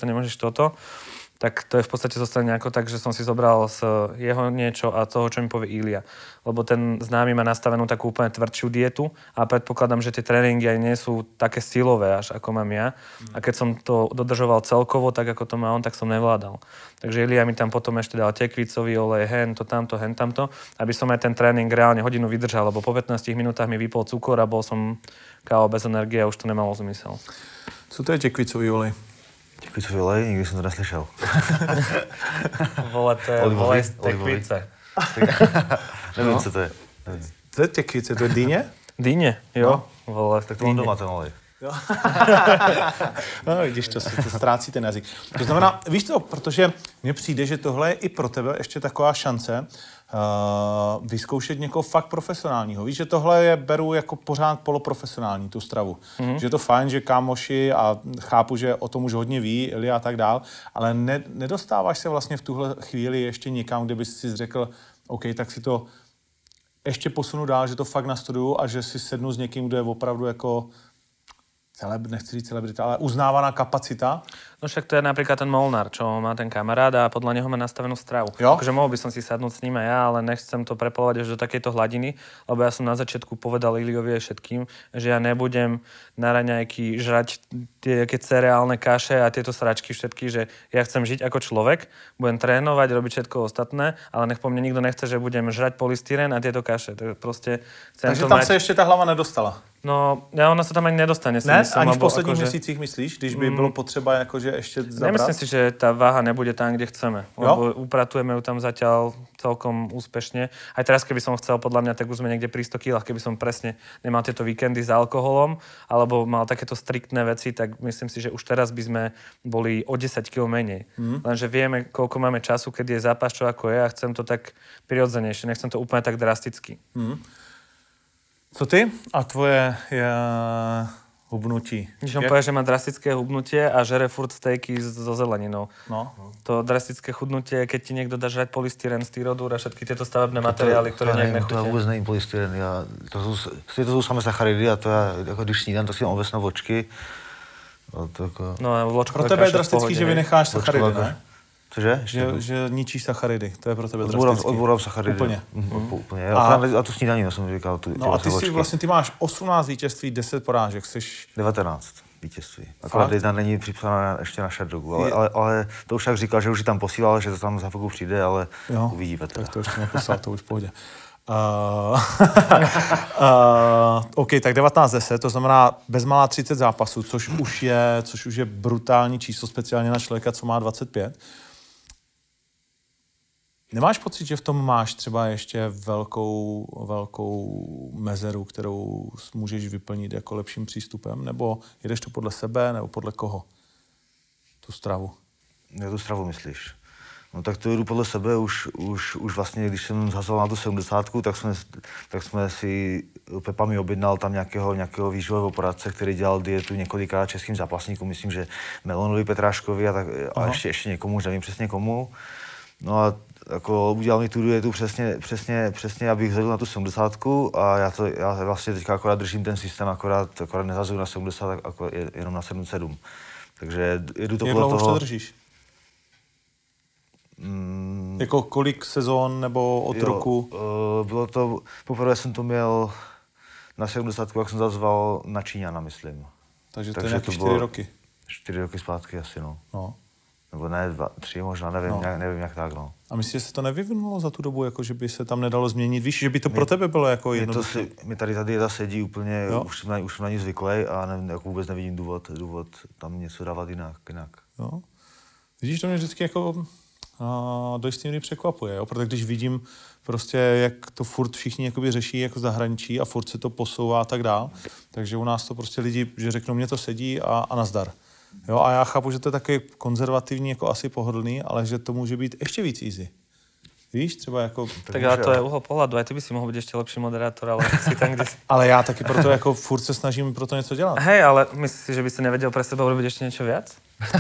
Tak to je v podstate zostane nejako tak, že som si zobral z jeho niečo a toho, čo mi povie Ilia. Lebo ten známy má nastavenú takú úplne tvrdšiu dietu a predpokladám, že tie tréningy aj nie sú také silové, až ako mám ja. A keď som to dodržoval celkovo, tak ako to má on, tak som nevládal. Takže Ilia mi tam potom ešte dal tekvicový olej, hen tamto, aby som aj ten tréning reálne hodinu vydržal, lebo po 15 minútach mi vypol cukor a bol som KO bez energie a už to nemalo zmysel. Co to je tekvicový olej? Tekvicový olej? Nikdy jsem to neslyšel. Vole, to je olej z tekvice. Nevím, co to je. Co je tekvice? To je dýně? Dýně, jo. No. Vole, tak to mám doma ten olej. Jo. No, vidíš, to ztrácí ten jazyk. To znamená, víš co, protože mně přijde, že tohle je i pro tebe ještě taková šance vyzkoušet někoho fakt profesionálního. Víš, že tohle je beru jako pořád poloprofesionální, tu stravu. Že je to fajn, že kámoši a chápu, že o tom už hodně ví, Ilia a tak dál, ale nedostáváš se vlastně v tuhle chvíli ještě někam, kde bys si řekl, OK, tak si to ještě posunu dál, že to fakt nastuduju a že si sednu s někým, kdo je opravdu jako nechci říct celebrita, ale uznávaná kapacita. No však to je napríklad ten Molnár, čo má ten kamarát a podľa neho má nastavenú stravu. Jo? Takže mohol by som si sadnúť s ním aj ja, ale nechcem to prepolovať až do takejto hladiny, lebo ja som na začiatku povedal Iliovi aj všetkým, že ja nebudem na raňajky žrať tie cereálne kaše a tieto sračky všetky, že ja chcem žiť ako človek, budem trénovať, robiť všetko ostatné, ale nech po mne nikto nechce, že budem žrať polystyrén a tieto kaše. Proste chcem takže to tam mať... sa ešte tá hlava nedostala? No, ona sa tam ani nedostane. Ne? Myslím, ani v posledních akože... měsících myslíš, když by bylo potřeba jakože ešte zabrat? Nemyslím si, že tá váha nebude tam, kde chceme. Lebo upratujeme ju tam zatiaľ celkom úspešne. Aj teraz, keby som chcel, podľa mňa, tak už sme niekde pri 100 kilách. Keby som presne nemal tieto víkendy s alkoholom, alebo mal takéto striktné veci, tak myslím si, že už teraz by sme boli o 10 kg menej. Lenže vieme, koľko máme času, keď je zápas, čo ako je a chcem to tak prirodzenejšie. Nechcem to úplne tak drasticky. Co ty a tvoje hubnutí? Když on povie, že má drastické hubnutie a žere furt stejky so zeleninou. No. To drastické chudnutie, keď ti niekto dá žrať polystyren, styrodúr a všetky tieto stavebné materiály, ktoré nejak nechutia. To vůbec není polystyren. To jsou samé sacharidy a to já, jako když snídám, tak si mám ovesné vočky. Pro tebe je drastický, že vynecháš sacharidy, ne? Cože? Že ničíš sacharidy, to je pro tebe drastický. Odborám sacharidy. Úplně. Úplně. A tu snídaní, jsem říkal. No a ty máš 18 vítězství, 10 porážek. 19 vítězství. Akorát jedna není připsaná ještě na Sherdogu, ale to už tak říkal, že už ji tam posílal, že to tam za chvilku přijde, ale uvidíme teda. Tak to ještě neposlal, to už v pohodě. OK, tak 19-10, to znamená bezmalá 30 zápasů, což už je brutální číslo, speciálně na člověka, co má 25. Nemáš pocit, že v tom máš třeba ještě velkou mezeru, kterou můžeš vyplnit jako lepším přístupem? Nebo jedeš to podle sebe, nebo podle koho? Tu stravu. Jak tu stravu myslíš? No tak to jdu podle sebe, už vlastně, když jsem zhazoval na tu 70, tak jsme si, Pepa mi objednal tam nějakého výživového poradce, který dělal dietu několikrát českým zápasníkům, myslím, že Melonovi, Petráškovi a ještě někomu, už nevím přesně komu. No a jako udělal mi tu dietu přesně, abych zvedl na tu 70 a já vlastně teďka akorát držím ten systém, akorát nezazuju na 70, jenom na 77. Takže jedu to podle toho. Jak dlouho už to držíš? Jako kolik sezon nebo od roku? Bylo to, poprvé jsem to měl na 70, jak jsem zazval na Číňana, myslím. Takže to je nějaký 4 roky. 4 roky zpátky asi, no. Nebo ne, 2, 3 možná, nevím jak tak, no. A myslíš, že se to nevyvinulo za tu dobu, jako že by se tam nedalo změnit? Víš, že by to pro tebe bylo jako jednoduché? Mi tady ta dieta sedí úplně, už jsem na ní zvyklý a jako vůbec nevidím důvod tam něco dávat jinak. Jo. Vidíš, to mě vždycky jako do jistý míry překvapuje, jo? Protože když vidím prostě, jak to furt všichni jakoby řeší jako zahraničí a furt se to posouvá a tak dál, takže u nás to prostě lidi, že řeknou, mě to sedí a nazdar. Jo, a já chápu, že to je taky konzervativní, jako asi pohodlný, ale že to může být ještě víc easy. Víš, třeba jako... Tak ale to je úhol pohľadu, aj ty by si mohol byť ešte lepší moderátor, ale si tam, kde si... Ale já taky proto jako furt se snažím pro to něco dělat. Hej, ale myslíš si, že by si nevedel pre seba urobiť ešte niečo viac?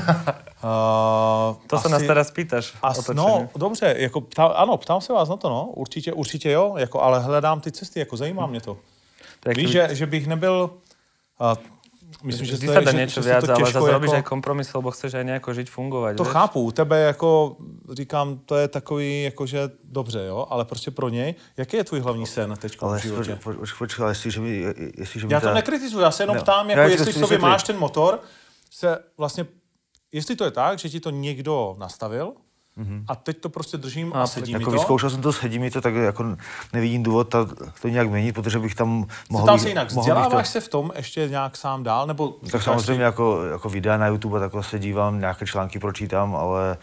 To se nás teraz pýtaš. No, dobře, jako ptám se vás na to, no. Určitě jo, jako, ale hledám ty cesty, jako zajímá mě to. Víš, že bych nebyl... Myslím, že sa dá niečo viac, ale zase robíš aj kompromis, lebo chceš aj nejako žiť, fungovať. To chápu, u tebe jako říkám, to je takový, jakože dobře, jo, ale prostě pro něj, jaký je tvůj hlavní sen teďko v životě? Počkej, jestliže mi já to nekritizuju, já se jenom ptám, jako jestli v sobě máš ten motor, se vlastně, jestli to je tak, že ti to někdo nastavil, a teď to prostě držím a sedí mi to. Vyzkoušel jsem to, sedí mi to, tak jako nevidím důvod to nějak měnit, protože bych tam mohl... Tam se jinak vzděláváš se v tom ještě nějak sám dál, nebo... Tak samozřejmě jako videa na YouTube, takhle se dívám, nějaké články pročítám, ale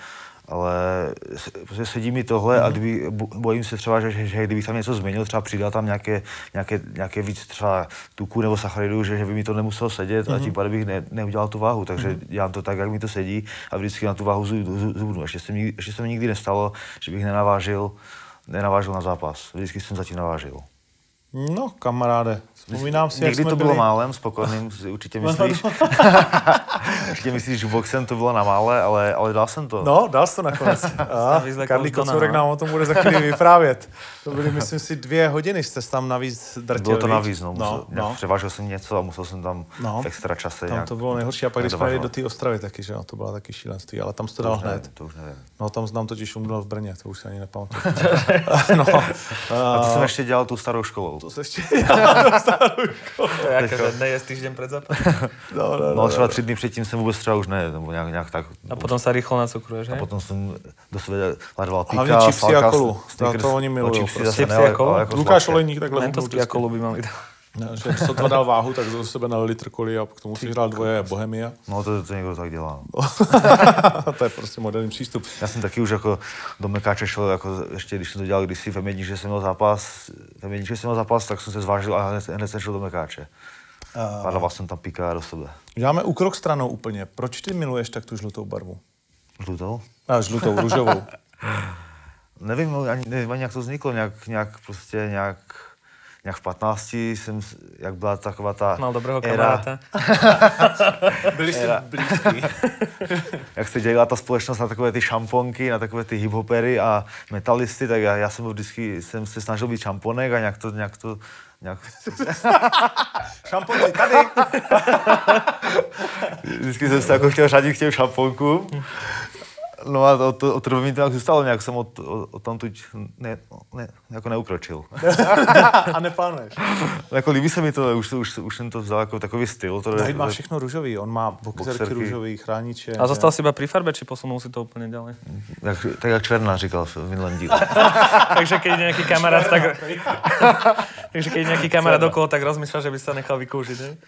sedí mi tohle a bojím se třeba, že kdybych tam něco změnil, třeba přidal tam nějaké víc třeba tuku nebo sacharidů, že by mi to nemuselo sedět a tím pádem bych neudělal tu váhu, takže dělám to tak, jak mi to sedí a vždycky na tu váhu zubnu. Ještě se mi nikdy nestalo, že bych nenavážil na zápas. Vždycky jsem zatím navážil. No, kamaráde, vzpomínám si, jak někdy jsme to byli... bylo málem, spokojným, určitě myslíš. Určitě myslíš, že boxem to bylo na mále, ale dal jsem to. No, dal jsi to nakonec. Karlík Kocourek nám o tom bude za chvíli vyprávět. To byly, myslím si, 2 hodiny, jste tam navíc drtili. Bylo to navíc, převážil jsem něco a musel jsem tam v extra čase tam to bylo nejhorší. A pak když jsme jeli do té Ostravy taky, že jo, to byla taky šílenství, ale tam jsi to dal hned. To už nevím. No, tam znám totiž umřel v Brně, to už se ani nepamatuju. A to jsem ještě dělal tu starou školou. To se ještě dělal starou školou. To je jakože nejesť týždeň před zápasem. No, třeba 3 dny předtím jsem vůbec třeba už ne, nebo nějak tak. A potom se rychlo nacukruješ, a potom jsem do sebe ladoval píka, hlavně čipsy a kolu. To oni milujou. Čipsy a kolu? Lukáš Olejník takhle Mentosky a kolu by mali dát. Že sotva dal váhu, tak do sebe nal litr koli a k tomu si dal 2 Bohemia. No to někdo tak dělá. To je prostě moderní přístup. Já jsem taky už jako do mekáče šel, jako ještě když jsem to dělal kdysi v M1, že jsem měl zápas, tak jsem se zvážil a hned jsem šel do mekáče. A dával jsem tam píka do sebe. Děláme úkrok stranou úplně. Proč ty miluješ tak tu žlutou barvu? Žlutou? Žlutou, růžovou. Nevím ani jak to vzniklo, nějak v 15 jsem, jak byla taková ta mal dobrého kamaráta. Byli jste blízký. Jak se dělala ta společnost na takové ty šamponky, na takové ty hiphopery a metalisty, tak já jsem se snažil být šamponek a nějak to Šamponci tady. Vždycky jsem se jako chtěl řadit k těm šamponkům. No a od té doby mi to nějak zůstalo, nějak jsem od tamtuť jako neukročil. A neplánuješ? Jako líbí se mi to, už jsem to vzal jako takový styl. David má všechno růžový, on má boxerky růžový, chrániče. A zostal si iba pri farbe, či posunul si to úplně ďalej? Tak jak Černá říkal v minulém díle. Takže keď nejaký kamarát Takže keď nejaký kamarát okolo, tak rozmýšľa, že by sa nechal vykoužiť, ne?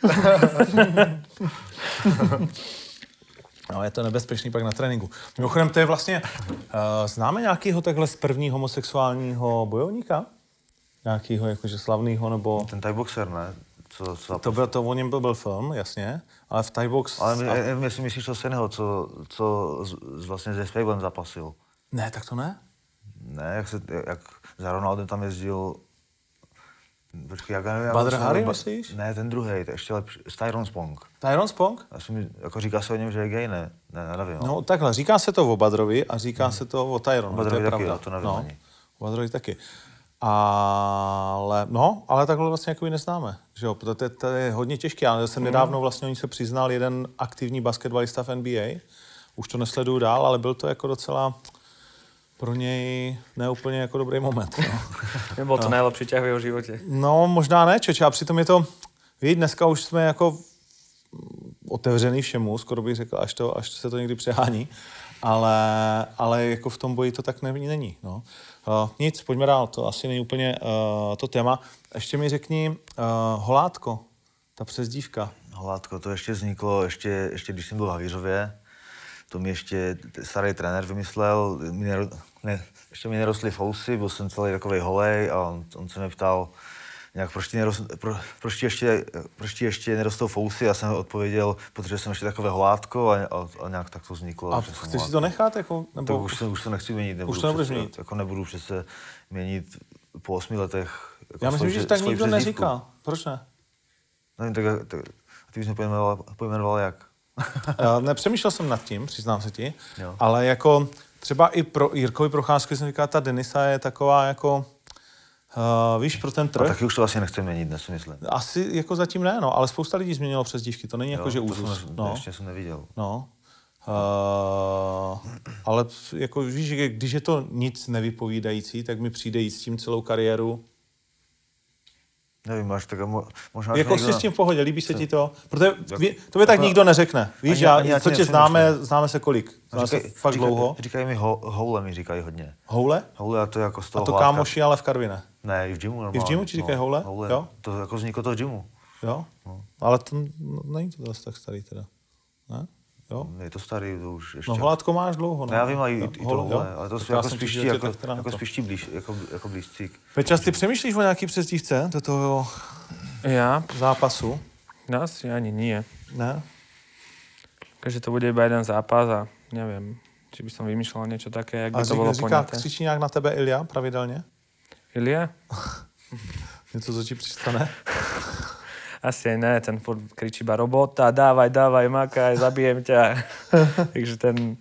No, je to nebezpečný pak na tréninku. Mimochodem, to je vlastně... známe nějakého takhle z prvního homosexuálního bojovníka? Nějakého jakože slavného, nebo... Ten Thai boxer, ne? To o něm byl film, jasně, ale v Thai box... Ale jestli myslíš to Senho, co vlastně se Spejblem zapasil. Ne, tak to ne. Ne, jak za Ronaldem tam jezdil... Počkej, jak nevím... Badr Hari, myslíš? Ne, ten druhej, to ještě lepší. Tyrone Spong. Tyrone Spong? Jako říká se o něm, že je gay, ne, nevím. No takhle, říká se to o Badrovi a říká se to o Tyronovi, to Badrovi je taky, pravda. to nevím ani. O Badrovi taky. Ale takhle vlastně jako neznáme, že jo, to je hodně těžké, ale jsem nedávno vlastně oni se přiznal jeden aktivní basketbalista v NBA, už to nesleduju dál, ale byl to jako docela pro něj neúplně jako dobrý moment. No. Nebol to najlepší ťah v jeho živote. No, možná ne, čoče, a přitom je to, víš, dneska už jsme jako otevřený všemu, skoro bych řekl, až se to někdy přehání, ale jako v tom boji to tak není. No. Nic, pojďme dál, to asi není úplně to téma. Ještě mi řekni, Holátko, ta přezdívka. Holátko, to ještě vzniklo, ještě když jsem byl v Havířově, to mi ještě starý trenér vymyslel, ještě mi nerostly fousy, byl jsem celý takovej holej a on se mě ptal, nějak, proč ti ještě nerostou fousy? Já jsem odpověděl, protože jsem ještě takové holátko a nějak tak to vzniklo. A chceš si to nechat? Jako, nebo... To už to nechci měnit. Už to nebudeš měnit? Jako nebudu přece měnit po 8 letech. Jako já myslím, že tak nikdo neříká. Proč ne? Nevím, tak ty bys mě pojmenoval jak? Nepřemýšlel jsem nad tím, přiznám se ti, jo. Ale jako třeba i pro Jirkovi Procházkovi jsem říkal, ta Denisa je taková jako, víš, pro ten trh. A taky už to asi nechci měnit, si myslím. Asi jako zatím ne, no, ale spousta lidí změnilo přezdívky, to není jako, že úzus. Ještě jsem neviděl. No. Ale jako víš, že když je to nic nevypovídající, tak mi přijde jít s tím celou kariéru. Nevím, máš tak možná... Jako jsi s tím v pohodě, líbí se ti to? Protože tobě tak nikdo neřekne. Víš, co tě známe se kolik? Fakt dlouho? Říkají mi houle, mi říkají hodně. Houle? Houle a to je jako z toho A to hlávka. kámoši, ale v Karviné? Ne, i v gymu normálně. I v gymu ti říkají houle? Jo? To jako vzniklo to v gymu. Jo? No. Ale to není to zase tak starý teda. Ne? Jo? Je to starý, to už ještě. No holátko máš dlouho, no. Já vím, i to houle, ale to jsou jako spíš jako blízcík. Pečas, ty přemýšlíš o nějaký přezdívce do toho zápasu? Asi ani nie. Ne? Takže to bude iba jeden zápas a neviem, či by som vymýšľal niečo také, jak by to bolo poňaté. Křičí nějak na tebe Ilja pravidelně? Ilia? Něco, co ti přistane? Asi aj ne, ten furt kričí iba robota, dávaj, makaj, zabijem ťa. Takže ten,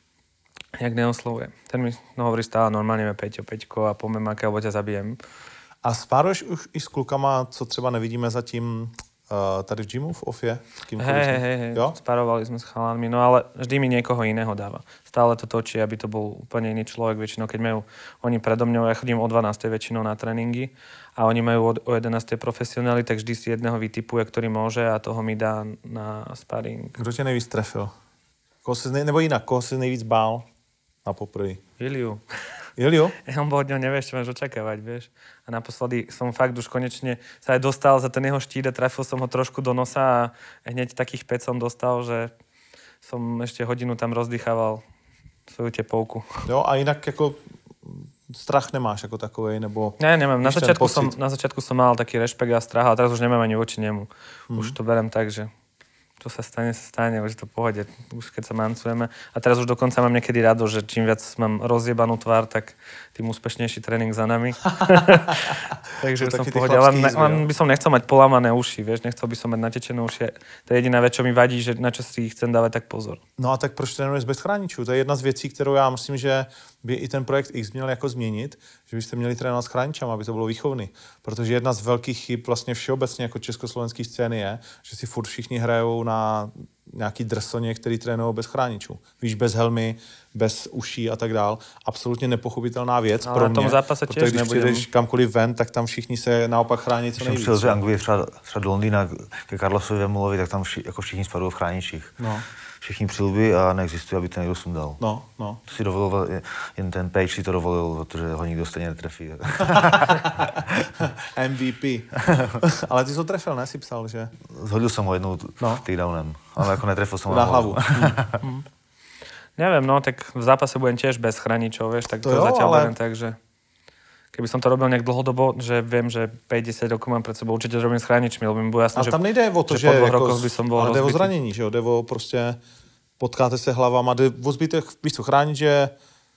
jak neoslovuje. Ten mi hovorí stále normálne Peťko a poďme makaj, lebo ťa zabijem. A spáruješ už i s klukama, co třeba nevidíme zatím tady v gymu, v ofie? Hej, spárovali sme s chalánmi, no ale vždy mi niekoho iného dáva. Stále to točí, aby to bol úplne iný človek. Väčšinou, keď majú oni predo mňou, ja chodím o 12. väčšinou na tréningy a oni majú o 11. profesionály, tak vždy si jedného vytipuje, ktorý môže a toho mi dá na sparring. Kdo tě nejvíc trefil? Nebo jinak, koho si nejvíc bál na poprvé? Iliu. Ilio? On bol od ňou, nevieš, čo máš očakávať, vieš. A naposledy som fakt už konečne sa aj dostal za ten jeho štít a trafil som ho trošku do nosa a hneď takých 5 som dostal, že som ešte hodinu tam rozdýchával svoju tepovku. Jo, a jinak jako strach nemáš jako takovej, nebo... Ne, nemám. Na začiatku som mal taký rešpekt a strach, ale teraz už nemám ani voči nemu. Už to berem tak, že čo sa stane, už je to v pohode, už keď sa mancujeme. A teraz už dokonca mám niekedy rado, že čím viac mám rozjebanú tvár, tak tým úspešnejší tréning za nami. Takže som v pohode. Ale by som nechcel mať polámané uši, vieš, nechcel by som mať natečené uši. To je jediná vec, čo mi vadí, že na čo si chcem dávať tak pozor. No a tak proč trénuješ bez chráničů? To je jedna z věcí, kterou já myslím, že by i ten projekt X měl jako změnit, že byste měli trénovat s chráničama, aby to bylo výchovný. Protože jedna z velkých chyb vlastně všeobecně jako československé scény je, že si furt všichni hrajou na nějaký drsoně, který trénují bez chráničů. Víš, bez helmy, bez uší a tak dál. Absolutně nepochopitelná věc ale pro mě. Zápase protože když přijdeš kamkoliv ven, tak tam všichni se naopak chrání co nejvíc. Když jsem Anglii, třeba do Londýna ke Carlosovi Vemulovi, tak tam jako všichni spadují v chráničích. No. Všichni přilby a neexistuje, aby to někdo sundal. No. To si dovolil, jen ten Page si to dovolil, protože ho nikdo stejně netrefí. MVP. Ale ty jsi to trefil, ne? Si psal, že? Zhodil jsem ho jednou týdownem, ale jako netrefil jsem ho na hlavu. Neviem, no, tak v zápase budem tiež bez chraničov, vieš, tak to zatiaľ beriem tak, že keby som to robil nejak dlhodobo, že viem, že 5-10 rokov mám pred sebou, určite robím s chraničmi, lebo mi bude jasné, že tam nejde o to, že po 2 rokoch by som bol rozbitý. Ale jde o zranění, že jo, jde o prostě potkáte se hlavama, jde o zbytek, víš co, chránit, že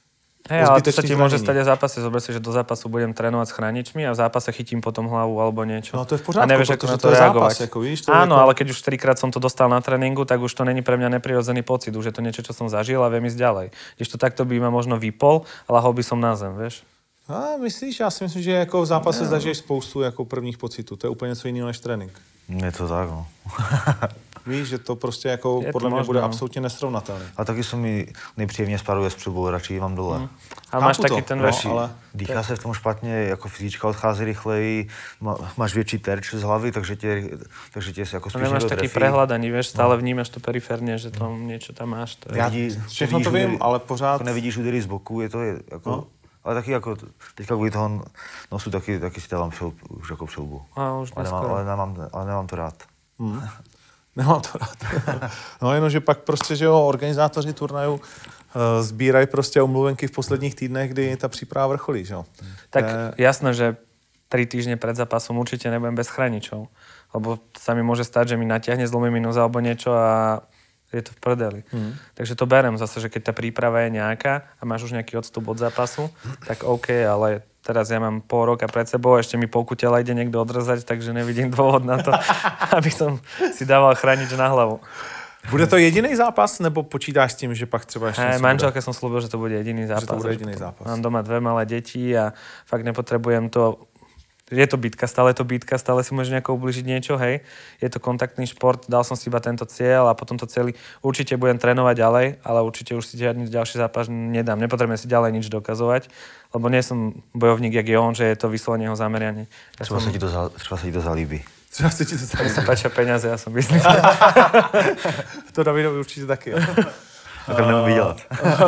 Hej, ale to sa ti môže stať aj v zápase. Zober si, že do zápasu budem trénovať s chráničmi a v zápase chytím potom hlavu alebo niečo. No to je v pořádku, a nevieš, ako na to je reagovať. zápas, ako víš, Áno, ako... ale keď už 3-krát som to dostal na tréningu, tak už to není pre mňa neprirodzený pocit. Už je to niečo, čo som zažil a viem ísť ďalej. Když to takto by ma možno vypol a lahol by som na zem, vieš? A myslíš? Já si myslím, že jako v zápase zažiješ spoustu jako prvních pocitů. To je úplně něco jiného než trénink. Je to tak, no. Víš, že to prostě jako Je podle to mě možno. bude absolutně nesrovnatelné. A taky se mi nejpříjemně sparuje s přilbou, radši ji mám dole. Ale máš Chápu taký to, ten... no, Radši ale- dýchá se v tom špatně, jako fyzička odchází rychleji, máš větší terč z hlavy, takže tě jako To spíš nemáš někdo taký trefí. prehľad ani, vieš, stále vnímaš to periférne, že tam niečo tam máš. To je... Já Nevidí- všechno to nevidíš vím, údery- ale pořád... Jako nevidíš údery z boku, je to jako... No. Ale taky jako, teďka kvůli toho nosu taky si dávám už jako přilbu. A už neskoro. Ale nemám to rád. Nemám to rád. No jenom, že pak prostě, že jo, organizátoři turnajů sbírají prostě omluvenky v posledních týdnech, kdy ta příprava vrcholí, že jo. Tak jasné, že 3 týždne pred zápasom určite nebudem bez chráničov. Lebo sa mi môže stať, že mi natiahne zlomý minus alebo niečo a je to v prdeli. Takže to berem zase, že keď tá príprava je nejaká a máš už nejaký odstup od zápasu, tak OK, ale teraz ja mám pol roka pred sebou a ešte mi polku tela ide niekto odrezať, takže nevidím dôvod na to, aby som si dával chránič na hlavu. Bude to jediný zápas, nebo počítáš s tím, že pak třeba ještě... něco Manželke som slúbil, že to bude jediný zápas. Že to bude jediný zápas. Mám doma 2 malé deti a fakt nepotrebujem to... Je to bitka, stále si môžeš nejako ubližiť niečo, hej. Je to kontaktný šport, dal som si iba tento cieľ a potom to celý... Určite budem trénovať ďalej, ale určite už si žiadny ďalší zápas nedám. Nepotrebujem si ďalej nič dokazovať, lebo nie som bojovník, jak je on, že je to vyslovene jeho zamerianie. Třeba se ti to zalíbí. Třeba se ti to Mne sa páčia peniaze, ja som biznis. To Davidovi určitě taky. Jo. Tak to nemůžu vydělat.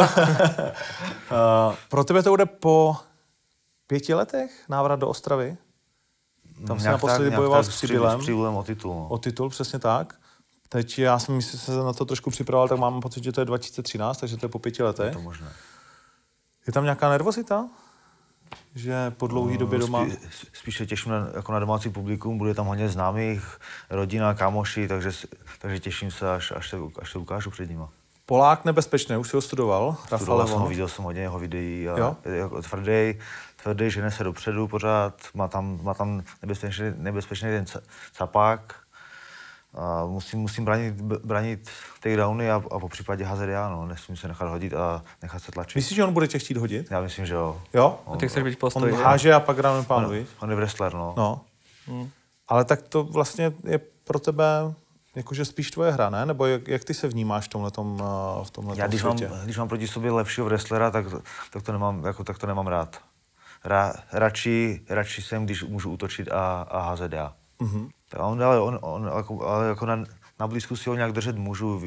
Pro tebe to bude po 5 letech návrat do Ostravy? Tam si naposledy bojoval s Přibylem. S Přibylem o titul. No. O titul, přesně tak. Teď já jsem se na to trošku připravoval, tak mám pocit, že to je 2013, takže to je po 5 letech. Je to možné. Je tam nějaká nervozita? Že po dlouhé době doma... Spíš se těším jako na domácí publikum, bude tam hodně známých, rodina, kámoši, takže těším se, až se ukážu před nima. Polák nebezpečný, už si ho studoval. Viděl jsem hodně jeho videí a Jo? je jako tvrdý, žene se dopředu pořád, má tam nebezpečný ten capák. A musím bránit takedowny a po případě házet já, no. Nesmím se nechat hodit a nechat se tlačit. Myslíš, že on bude tě chtít hodit? Já myslím, že jo. Jo? A ty chceš byť On postoj. háže a pak ground and pound, víš? On je wrestler, no. No. Ale tak to vlastně je pro tebe jakože spíš tvoje hra, ne? Nebo jak ty se vnímáš v tomhletom Já světě? když mám proti sobě lepšího wrestlera, tak to nemám rád. Radši jsem, když můžu útočit a házet já. Mhm. Ale jako na blízku si ho nějak držet můžu,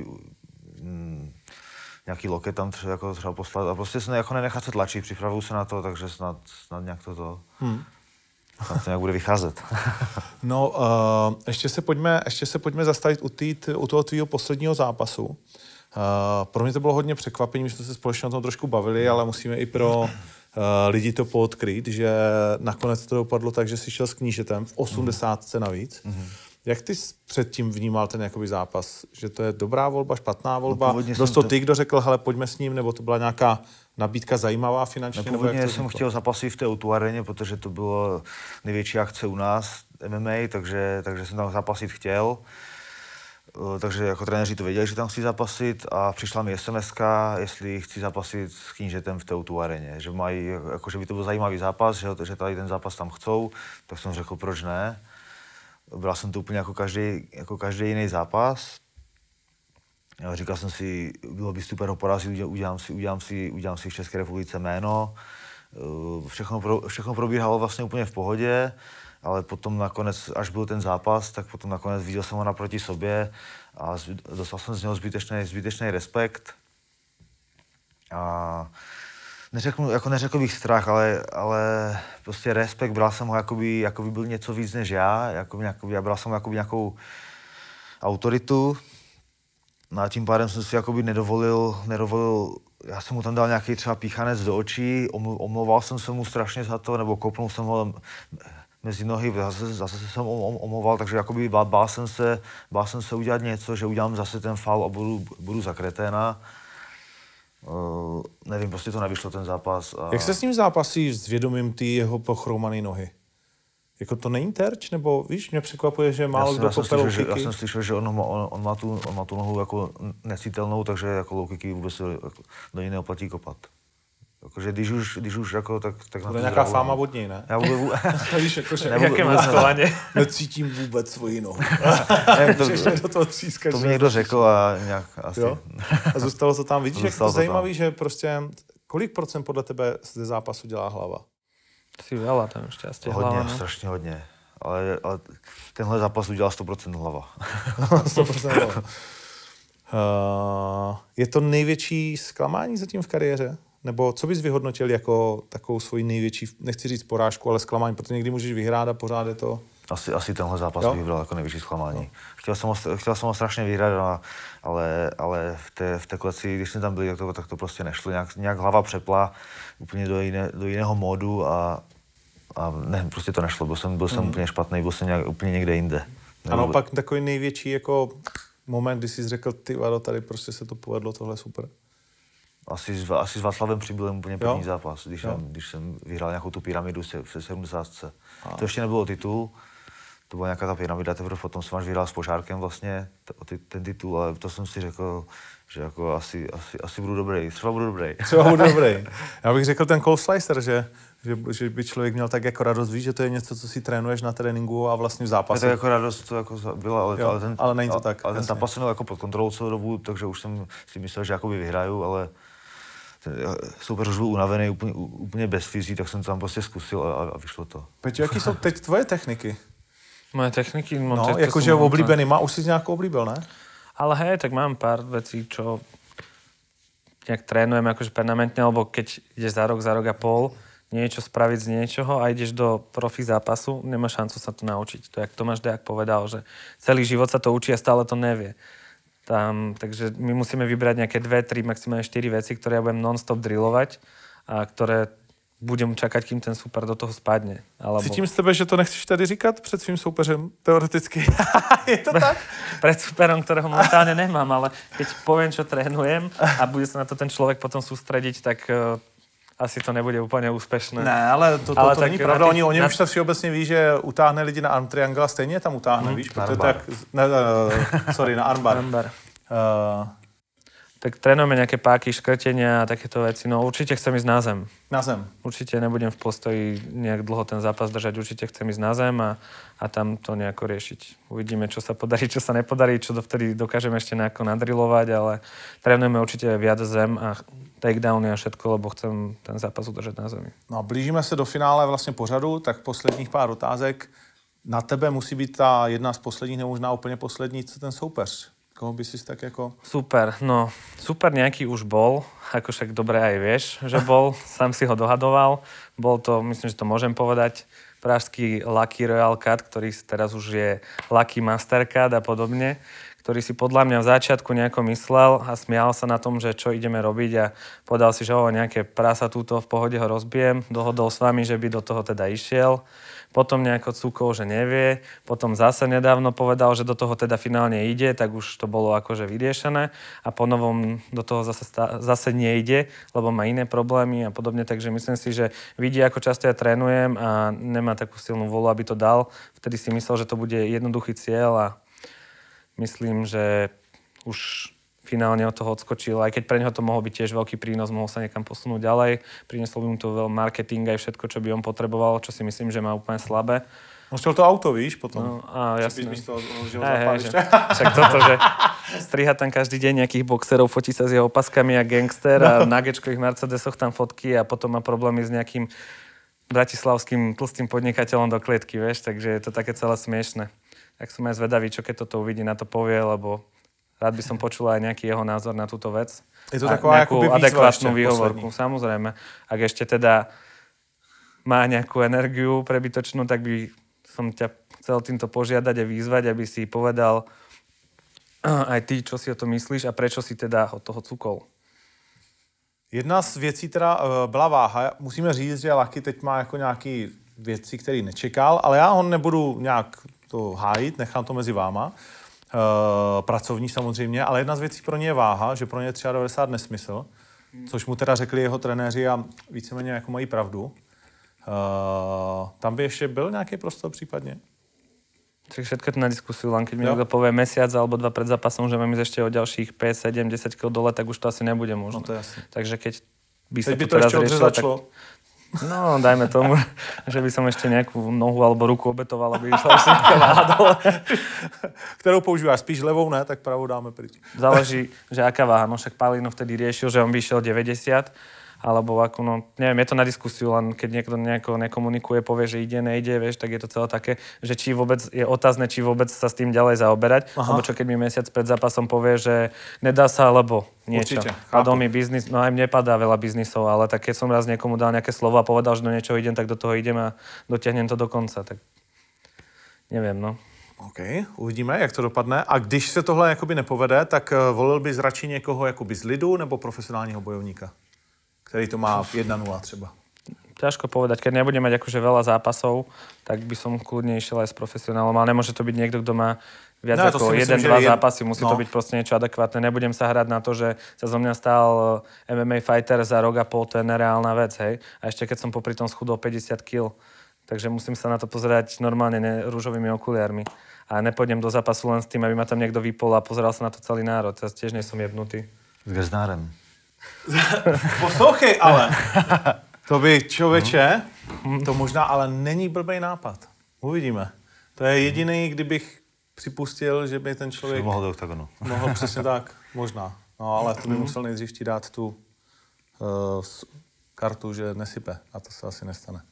nějaký loket tam třeba poslat a prostě se jako nenechat se tlačit, připravuju se na to, takže snad nějak to nějak bude vycházet. No, ještě se pojďme zastavit u toho tvýho posledního zápasu. Pro mě to bylo hodně překvapení, my jsme se společně o tom trošku bavili, ale musíme i pro lidi to poodkryt, že nakonec to dopadlo tak, že jsi šel s knížetem v 80 navíc. Jak ty jsi předtím vnímal ten jakoby zápas? Že to je dobrá volba, špatná volba? Byl to ty, kdo řekl, hele, pojďme s ním, nebo to byla nějaká nabídka zajímavá finančně? Původně jsem chtěl zapasit v té O2 areně, protože to bylo největší akce u nás, MMA, takže jsem tam zapasit chtěl. Takže jako trenéři to věděli, že tam chci zapasit a přišla mi SMS-ka, jestli chci zapasit s knížetem v té O2 areně, že mají, jako, že by to byl zajímavý zápas, že tady ten zápas tam chcou, tak jsem řekl, proč ne. Bral jsem to úplně jako každý jiný zápas. Říkal jsem si, bylo by super ho porazit, udělám si v České republice jméno. Všechno probíhalo vlastně úplně v pohodě, ale potom nakonec, až byl ten zápas, tak potom nakonec viděl jsem ho naproti sobě a dostal jsem z něho zbytečný respekt. A neřekl bych strach, ale prostě respekt, bral jsem ho, jakoby byl něco víc než já bral jsem ho jakoby nějakou autoritu. No a tím pádem jsem si jakoby nedovolil, já jsem mu tam dal nějaký třeba píchanec do očí, omlouval jsem se mu strašně za to, nebo kopnul jsem ho mezi nohy, zase jsem omlouval, takže jakoby bál jsem se udělat něco, že udělám zase ten faul a budu za kreténa. Nevím, prostě to nevyšlo ten zápas. A... Jak se s ním zápasí s vědomím ty jeho pochroumané nohy? Jako to není terč? Nebo víš, mě překvapuje, že málo kdo kope low kicky. Já jsem slyšel, že on má tu nohu jako necitelnou, takže jako low kicky vůbec jako do ní neoplatí kopat. Jakože když už jako, tak to na to je nějaká fáma od něj, ne? Já vůbec... Víš, jakože Jaké maskovanie? necítím vůbec svoji nohu. do toho třískač. To mi někdo řekl a nějak asi... Jo? A zůstalo to tam. Vidíš, jak to Zůstalo to zajímavý, tam. že prostě kolik procent podle tebe ze zápasu dělá hlava? Si veľa tam šťastie Hodně, hlava, no. strašně hodně. Ale tenhle zápas udělal 100% hlava. 100% hlava. Je to největší zklamání zatím v kariéře? Nebo co bys vyhodnotil jako takovou svoji největší, nechci říct porážku, ale zklamání, protože někdy můžeš vyhrát a pořád je to... Asi tenhle zápas bych vybral jako největší zklamání. Chtěl jsem ho strašně vyhrát, ale v té kleci, když jsme tam byli, tak to prostě nešlo. Nějak hlava přepla úplně do jiného módu a ne, prostě to nešlo. Byl jsem úplně špatný, byl jsem úplně někde jinde. Ano, pak takový největší jako moment, kdy jsi řekl, ty vado, tady prostě se to povedlo, tohle super. Asi s Václavem Přibylem úplně první zápas, když jsem vyhrál nějakou tu pyramidu v 70. To ještě nebylo titul, to byla nějaká ta pyramida, teprve potom jsem až vyhrál s Požárkem vlastně ten titul, ale to jsem si řekl, že jako asi budu dobrý, třeba budu dobrý. Já bych řekl ten Cole Slicer, že by člověk měl tak jako radost, víš, že to je něco, co si trénuješ na tréninku a vlastně v zápase. To jako radost to jako byla, ale není to tak. Ale ten zápas jsem měl jako pod kontrolou celou dobu, takže už jsem si myslel, že jakoby vyhraju, ale soupeř už byl unavený, úplně bez fyzí, tak jsem to tam prostě zkusil a vyšlo to. Peťo, jaký jsou teď tvoje techniky? Moje techniky? No, jakože oblíbený, má už si nějakou oblíbil, ne? Ale hej, tak mám pár vecí, čo nejak trénujem akože permanentne, lebo keď ideš za rok a pol niečo spraviť z niečoho a ideš do profi zápasu, nemáš šancu sa to naučiť. To jak Tomáš Dejak povedal, že celý život sa to učí a stále to nevie. Takže my musíme vybrať nejaké 2, 3, maximálne 4 veci, ktoré ja budem non-stop drillovať a ktoré budem čakať, kým ten super do toho spadne. Cítím z tebe, že to nechceš tady říkat před svým soupeřem, teoreticky. Je to tak? Pred superom, ktorého momentálne nemám, ale keď poviem, čo trénujem a bude sa na to ten človek potom sústrediť, tak asi to nebude úplně úspěšné. Ne, ale to není pravda. Oni už to všeobecně ví, že utáhne lidi na arm triangle a stejně tam utáhne, víš? Na armbar. Na armbar. Tak trénujeme nejaké páky, škrtenia a takéto veci. No určite chcem ísť na zem. Na zem. Určite nebudem v postoji nejak dlho ten zápas držať. Určite chcem ísť na zem a tam to nejako riešiť. Uvidíme, čo sa podarí, čo sa nepodarí, čo dovtedy dokážeme ešte nejako nadrilovať, ale trénujeme určite viac zem a takedowny a všetko, lebo chcem ten zápas udržať na zemi. No a blížíme se do finále vlastně pořadu, tak posledních pár otázek. Na tebe musí být ta jedna z posledních, nebo možná úplně poslední, co ten soupeř? Koho by si tak jako... Super, no super nejaký už bol, ako však dobre aj vieš, že bol, sám si ho dohadoval. Bol to, myslím, že to môžem povedať, pražský Lucky Royal Cut, ktorý teraz už je Lucky Mastercard a podobne, ktorý si podľa mňa v začiatku nejako myslel a smial sa na tom, že čo ideme robiť a povedal si, že nejaké prasa túto v pohode ho rozbijem, dohodol s vami, že by do toho teda išiel. Potom nejako cúkol, že nevie. Potom zase nedávno povedal, že do toho teda finálne ide, tak už to bolo akože vyriešené. A po novom do toho zase nejde, lebo má iné problémy a podobne. Takže myslím si, že vidí, ako často ja trénujem a nemá takú silnú vôľu, aby to dal. Vtedy si myslel, že to bude jednoduchý cieľ a myslím, že už finálne od toho odskočil, aj keď pre neho to mohol byť tiež veľký prínos, mohol sa niekam posunúť ďalej. Prinieslo by mu to veľa marketing aj všetko, čo by on potreboval, čo si myslím, že má úplne slabé. On chtěl to auto, víš, potom. No, a jasne. Hej, však toto, že striha tam každý deň nejakých boxerov, fotí sa s jeho opaskami a gangster a na gečkových Mercedesoch tam fotky a potom má problémy s nejakým bratislavským tlstým podnikateľom do klietky, vieš, takže je to také celé smiešne. Tak som aj zvedavý, čo keď toto uvidí, na to povie, lebo rád by som počul aj nejaký jeho názor na túto vec. Je to taková nejakú adekvátnu výhovorku, samozrejme. Ak ešte teda má nejakú energiu prebytočnú, tak by som ťa chcel týmto požiadať a vyzvať, aby si povedal aj ty, čo si o to myslíš a prečo si teda od toho cukol. Jedna z věcí teda byla váha. Musíme říct, že Lucky teď má jako nějaký věci, který nečekal, ale já ho nebudu nějak to hájit, nechám to mezi váma. Pracovní samozřejmě, ale jedna z věcí pro ně je váha, že pro ně je 93 nesmysl. což mu teda řekli jeho trenéři a víceméně jako mají pravdu. Tam by ještě byl nějaký prostor případně? Tak všetko je to na diskusiu, len keď mi niekto povie mesiac alebo 2 pred zápasom, že mám ísť ešte o ďalších 5, 7, 10 kg dole, tak už to asi nebude možné. No to je jasné. Takže keď by Teď sa by to to teraz ešte riešilo, tak... odřezačlo. No, dajme tomu, že by som ešte nejakú nohu alebo ruku obetoval, aby išla ešte nejaká váha dole. Kterou používáš? Spíš levou, ne? Tak pravou dáme pryč. Záleží, že aká váha. No však Palino vtedy riešil, že on by išiel 90, alebo ako, no, neviem, je to na diskusiu, len keď niekto nejako nekomunikuje, povie, že ide, nejde, vieš, tak je to celé také, že či vôbec je otázne, či vôbec sa s tým ďalej zaoberať, alebo čo keď mi mesiac pred zápasom povie, že nedá sa, alebo niečo. Určite, Padol mi biznis, no aj mne padá veľa biznisov, ale tak keď som raz niekomu dal nejaké slovo a povedal, že do niečoho idem, tak do toho idem a dotiahnem to do konca, tak neviem, no. OK, uvidíme, jak to dopadne. A když se tohle jakoby nepovede, tak volil bys radši někoho jakoby z lidu nebo profesionálního bojovníka, který to má 1-0 třeba? Ťažko povedať, keď nebudem mať akože veľa zápasov, tak by som kľudne išiel aj s profesionálom, ale nemôže to byť niekto, kto má viac ako 1-2 zápasy, musí to byť proste niečo adekvátne. Nebudem sa hrať na to, že sa zo mňa stal MMA fighter za rok a pol, to je nereálna vec, hej. A ešte keď som popri tom schudol 50 kg, takže musím sa na to pozerať normálne rúžovými okuliarmi. A nepôjdem do zápasu len s tým, aby ma tam niekto vypol a pozeral sa na to celý národ. Ja tiež nie som jebnutý. S Geznárem. Poslouchej, ale to by člověče, to možná ale není blbej nápad. Uvidíme. To je jediný, kdybych připustil, že by ten člověk... Mohl do oktagonu. Mohl, přesně tak, možná. No ale to by musel nejdřív ti dát tu kartu, že nesype. A to se asi nestane.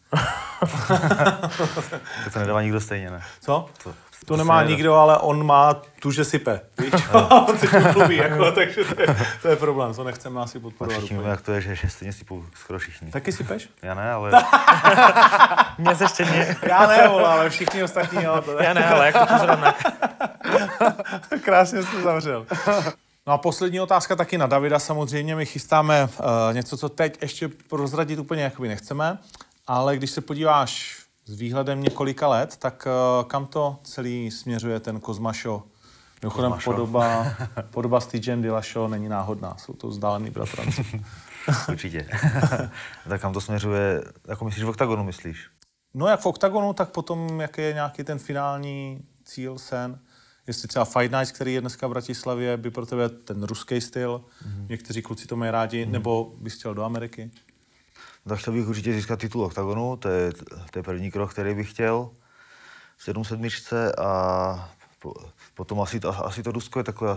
To nedává nikdo stejně, ne? Co? To nemá nikdo, ale on má tu, že sype. Víš? On se tím chlubí, jako, takže to je problém. To nechceme asi podporovat. Všichni víme, jak to je, že stejně sypou skoro všichni. Taky sypeš? Já ne, ale... Dnes ešte nie. Já ne, ale všichni ostatní, jo. Ja ne, ale jak to pozerám na... Krásně jsi to zavřel. No a poslední otázka taky na Davida. Samozřejmě my chystáme něco, co teď ještě prozradit úplně jakoby nechceme, ale když se podíváš s výhledem několika let, tak kam to celý směřuje ten Kozma Show? Mimochodem podoba s TJem Dillashaw není náhodná, jsou to vzdálený bratranci. Určitě. Tak kam to směřuje, jako myslíš v oktagonu, myslíš? No jak v oktagonu, tak potom jaký je nějaký ten finální cíl, sen. Jestli třeba Fight Nights, který je dneska v Bratislavě, by pro tebe ten ruský styl, někteří kluci to mají rádi, nebo bys chtěl do Ameriky? Tak chtěl bych určitě získat titul oktagonu, to je první krok, který bych chtěl v 7 a potom asi to Rusko je takové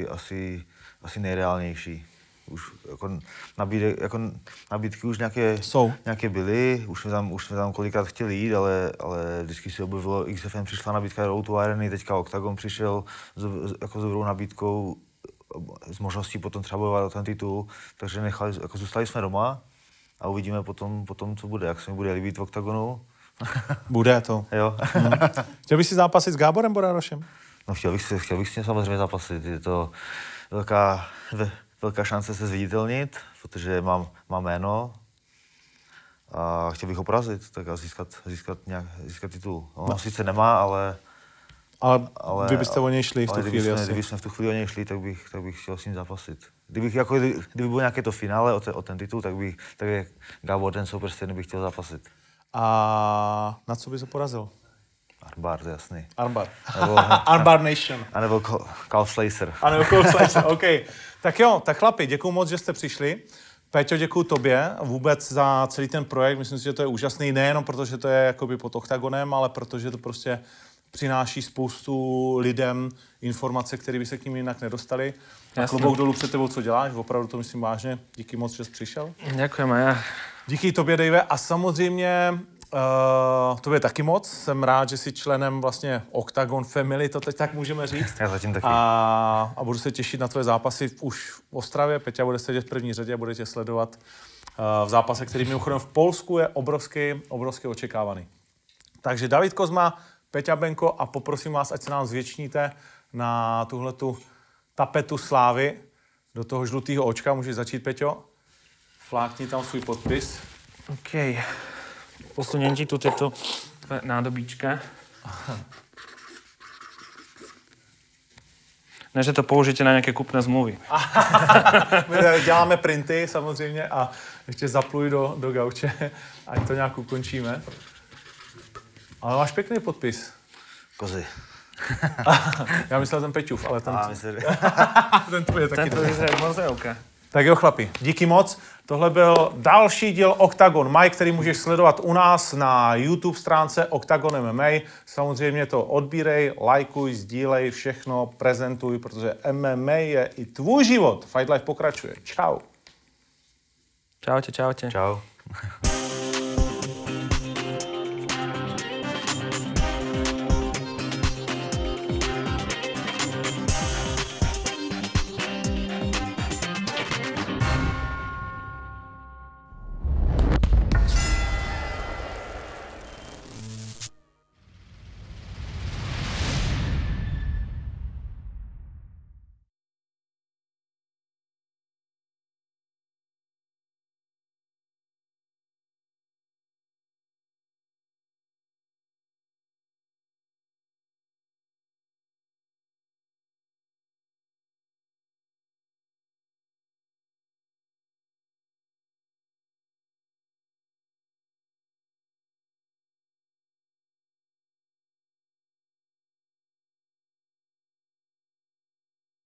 asi nejreálnější. Už jako nabídky už nějaké byly, už jsme tam kolikrát chtěli jít, ale vždycky se objevilo, XFM přišla nabídka Road to Irony, teďka Octagon přišel jako s dobrou nabídkou, s možností potom třeba bojovat o ten titul, takže zůstali jsme doma a uvidíme potom, co bude, jak se mi bude líbit v Octagonu. Bude to. Jo. Chtěl bys si zápasit s Gáborem Borárošem? No chtěl bych s ním samozřejmě zápasit, je to velká šance se zviditelnit, protože mám jméno a chtěl bych ho porazit, tak a získat titul. On sice nemá, ale vy byste o něj šli v tu chvíli asi. Kdyby jsme v tu chvíli o něj šli, tak bych chtěl s ním zápasit. Kdyby bylo nějaké to finále o ten titul, tak je Gábor ten soupeř, který bych chtěl zápasit. A na co bys ho porazil? Armbar, to je jasný. Armbar. Armbar Nation. A nebo Calf Slacer. OK. Tak jo, tak chlapi, děkuju moc, že jste přišli. Péťo, děkuju tobě vůbec za celý ten projekt. Myslím si, že to je úžasný, nejenom protože to je jakoby pod oktagonem, ale protože to prostě přináší spoustu lidem informace, které by se k ním jinak nedostali. A klobouk dolů před tebou, co děláš, opravdu to myslím vážně. Díky moc, že jsi přišel. Ďakujem aj ja. Díky tobě, Dave. A samozřejmě tobě taky moc. Jsem rád, že jsi členem vlastně Octagon Family, to teď tak můžeme říct. Já zatím taky. A budu se těšit na tvoje zápasy už v Ostravě. Peťa bude sedět v první řadě a bude tě sledovat v zápase, který mimochodem v Polsku je obrovsky očekávaný. Takže David Kozma, Peťa Benko a poprosím vás, ať se nám zvětšníte na tuhletu tapetu slávy do toho žlutého očka. Můžeš začít, Peťo? Flákni tam svůj podpis. OK. Posuniem ti tu tieto nádobíčka. Ne, že to použijete na nějaké kupné zmluvy. My děláme printy samozřejmě a ještě zapluj do gauče, ať to nějak ukončíme. Ale máš pěkný podpis. Kozy. Já myslel ten Peťův, ale ten tvůj je taky Tento dobrý. vyzerá mozaivka. Tak jo, chlapi, díky moc. Tohle byl další díl Octagon Mike, který můžeš sledovat u nás na YouTube stránce Octagon MMA. Samozřejmě to odbírej, lajkuj, sdílej, všechno, prezentuj, protože MMA je i tvůj život. Fight Life pokračuje. Čau. Čaute, čaute. Čau.